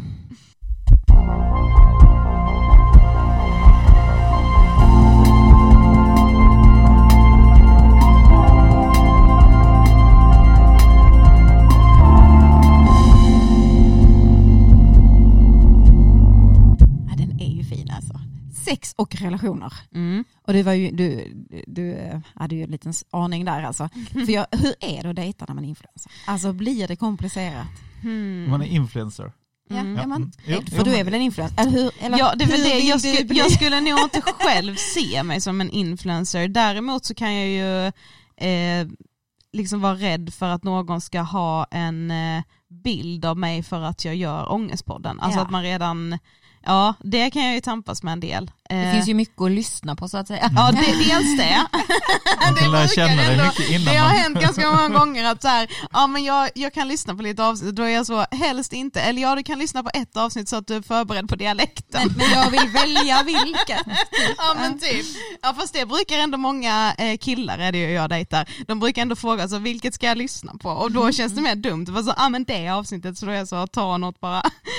Ja, den är ju fin alltså. Sex och relationer. Mm. Och det var ju, du, du eh, hade ju en liten aning där alltså. För jag, hur är det att dejta när man är influencer? Alltså blir det komplicerat? Mm. Man är influencer. Mm. Ja, man, Jo, för jo, du är men- väl en influencer? Eller hur, eller Ja, det är väl hur det. vill Jag, du sku, bli? jag skulle nog inte själv se mig som en influencer. Däremot så kan jag ju eh, liksom vara rädd för att någon ska ha en eh, bild av mig för att jag gör Ångestpodden. Alltså Ja. att man redan, ja det kan jag ju tampas med en del. Det Eh, finns ju mycket att lyssna på så att säga. Ja, det, dels det. Man kan lära brukar känna dig ändå- mycket innan Det har man... hänt ganska många gånger att så här, ja men jag, jag kan lyssna på lite avsnitt, då är jag så, helst inte. Eller ja, du kan lyssna på ett avsnitt så att du är förberedd på dialekten. Men, men jag vill välja vilket. Ja men typ. Ja fast det brukar ändå många eh, killar, är det ju jag dejtar, de brukar ändå fråga så vilket ska jag lyssna på? Och då känns det mer dumt. Det var så, ja men det avsnittet, så då är jag så, ta något bara.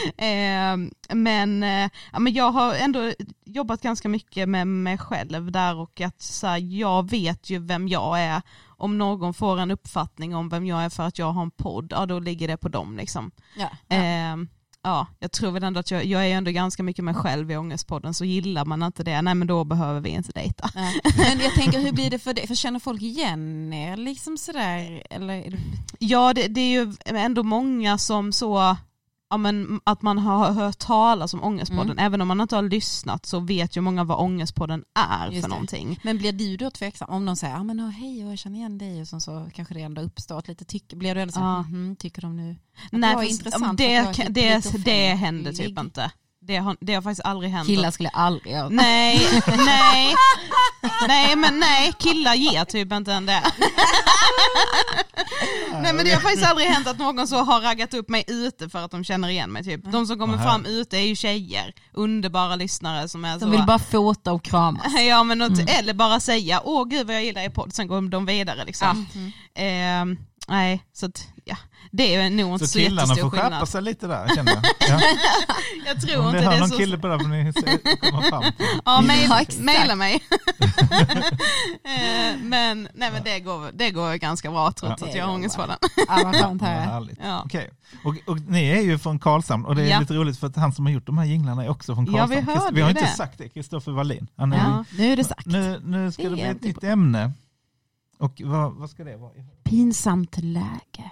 eh, men, eh, ja, men jag har ändå jobbat ganska mycket med mig själv där, och att så här, jag vet ju vem jag är. Om någon får en uppfattning om vem jag är för att jag har en podd, ja då ligger det på dem liksom. Ja. Eh, ja, jag tror väl ändå att jag, jag är ändå ganska mycket mig själv i Ångestpodden, så gillar man inte det, nej men då behöver vi inte dejta. Nej. Men jag tänker, hur blir det för dig? För känner folk igen er liksom sådär? Eller är det... Ja, det, det är ju ändå många som så, ja, men, att man har hört talas om Ångestpodden, Mm. även om man inte har lyssnat så vet ju många vad Ångestpodden är Just för det. någonting. Men blir du då tveksam? Om de säger, ja men oh, hej jag känner igen dig, och så, så kanske det ändå uppstår ett litet tycke. Blir du ändå så här, Ja. mhm, tycker de nu att Nej, jag är fast, intressant? ja, men för det, att jag är kan- lite det, offentlig? det händer typ inte. Det har, det har faktiskt aldrig hänt. Killar skulle aldrig göra. Nej, nej, nej men nej, killar ger typ inte en det. Nej men det har faktiskt aldrig hänt att någon så har raggat upp mig ute för att de känner igen mig typ. De som kommer Aha. fram ute är ju tjejer, underbara lyssnare som är så. De vill bara fota och kramas. Ja men något, eller bara säga, åh gud vad jag gillar er podd, sen går de vidare liksom. Eh, nej, så att, ja, det är nog inte Så så, killarna jättestor får skärpa skillnad. sig lite där, känner jag. Ja. Jag tror Om ni inte har det är någon så. kille på det, får ni se- komma fram. Ja, mail, Ja, exakt. maila mig. Eh, men nej men det går, det går ganska bra trots Ja. att jag har ångest för den. Ja, vad skönt Ja, här. härligt. Ja. Okej. Och, och ni är ju från Karlshamn, och det är Ja. lite roligt för att han som har gjort de här jinglarna är också från Ja, vi Karlshamn. hörde Christ- vi har ju inte det. sagt det, Kristoffer Wallin. Han är Ja. Nu är det sagt. nu, nu ska Det det bli är ett nytt ämne. Och vad, vad ska det vara? Pinsamt läge.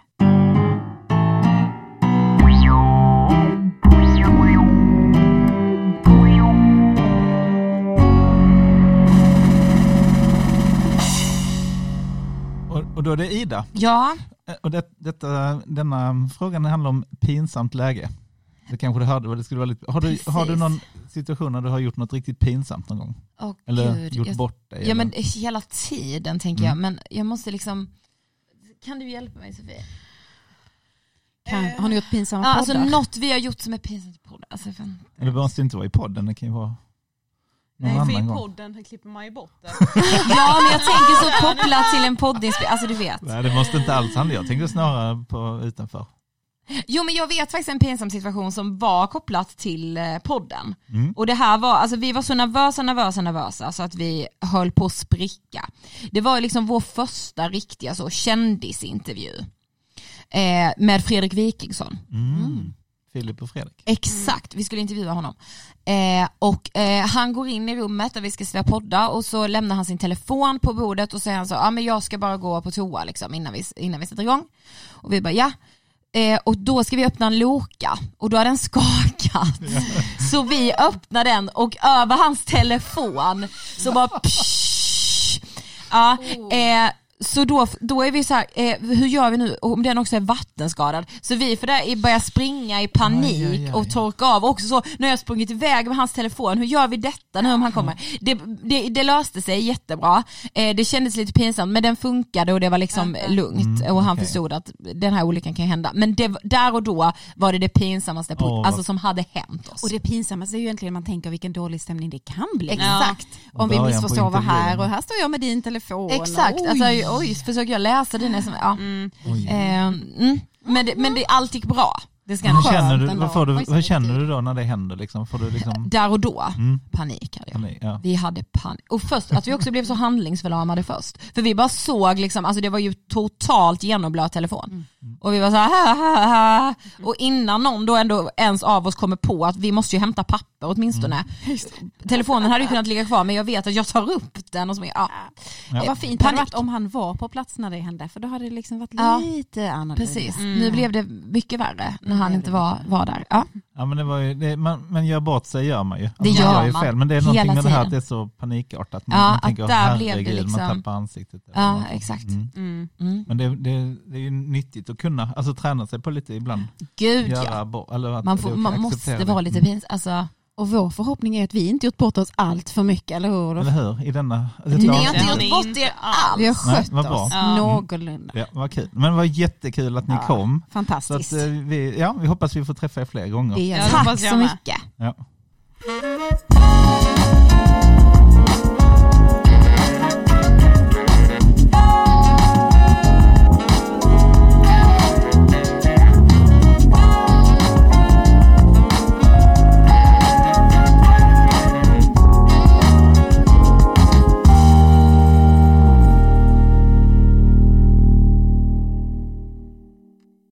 Och, och då är det Ida. Ja, Och det, detta, denna frågan handlar om pinsamt läge. Det kanske du hörde vad det skulle vara lite. Har du, har du Precis. någon situation där du har gjort något riktigt pinsamt någon gång? åh Eller gud. gjort Jag, bort dig? ja eller? men hela tiden tänker Mm. jag, men jag måste liksom, kan du hjälpa mig, Sofie? Kan, har ni gjort pinsamma Ja, poddar? alltså något vi har gjort som är pinsamt i podden. Alltså, fan. Det måste inte vara i podden, det kan ju vara någon Nej, för annan i gång. podden klipper man ju bort det. Ja, men jag tänker så kopplat till en poddinspelning. Alltså du vet. Nej, det måste inte alls handla. Jag tänkte snarare på utanför. Jo, men jag vet faktiskt en pinsam situation som var kopplat till eh, podden. Mm. Och det här var, alltså vi var så nervösa, nervösa, nervösa så att vi höll på att spricka. Det var liksom vår första riktiga så kändisintervju eh, med Fredrik Wikingsson. Mm. Mm. Filip och Fredrik. Exakt, vi skulle intervjua honom. Eh, och eh, han går in i rummet där vi ska sitta podda och så lämnar han sin telefon på bordet och säger han så, ja ah, men jag ska bara gå på toa liksom innan vi, innan vi sätter igång. Och vi bara, ja. Eh, och då ska vi öppna en loka och då har den skakat. Ja. Så vi öppnar den och över hans telefon så bara psh, ja, eh, så då, då är vi så här, eh, hur gör vi nu om den också är vattenskadad? Så vi för där börjar springa i panik aj, aj, aj. och torka av också så, nu har jag sprungit iväg med hans telefon, hur gör vi detta nu om han kommer? Det, det, det löste sig jättebra, eh, det kändes lite pinsamt men den funkade och det var liksom mm. lugnt och han okay. förstod att den här olyckan kan hända, men det, där och då var det det pinsammaste på, oh. alltså, som hade hänt oss. Och det pinsammaste är ju egentligen man tänker vilken dålig stämning det kan bli. Exakt. Ja. Om vi missförstår vad här och här står jag med din telefon. Exakt, alltså oj, försöker jag läsa den som, ja. Mm. Eh, mm. Men, det, men det, allt gick bra. Det ska hur känner du, vad får du, hur känner du då när det händer? Liksom? Får du liksom... Där och då, mm. panik hade jag. Panik, ja. Vi hade panik. Och först, att vi också blev så handlingsförlamade först. För vi bara såg, liksom, alltså det var ju totalt genomblöt telefon. Mm. Och vi var så här, ha, ha, ha. Och innan någon då ändå ens av oss kommer på att vi måste ju hämta papper åtminstone. Mm. Telefonen hade ju kunnat ligga kvar men jag vet att jag tar upp den och så, ja. Ja. Vad fint det varit om han var på plats när det hände, för då hade det liksom varit ja. lite annorlunda. Precis, mm. nu blev det mycket värre när han inte var, var där. Ja. Ja, men det var ju, det, man, men gör bort sig gör man ju. Alltså, det gör man. man ju fel, men det är någonting med tiden. det här att det är så panikartat. Man, ja, man att tänker, där blev det liksom... man tappar ansiktet. Ja, något. exakt. Mm. Mm. Mm. Men det, det, det är ju nyttigt att kunna, alltså träna sig på lite ibland. Gud göra ja. Bo, eller att man får, man måste det. vara lite pinsamt. Alltså... Och vår förhoppning är att vi inte gjort bort oss allt för mycket, eller hur? Eller hur? I denna... Ni har inte gjort bort er alls. Vi har skött Nej, oss ja. någorlunda. Ja, vad kul. Men det var jättekul att ni ja, kom. Fantastiskt. Så att, vi, ja, vi hoppas vi får träffa er fler gånger. Ja, tack så mycket. Ja.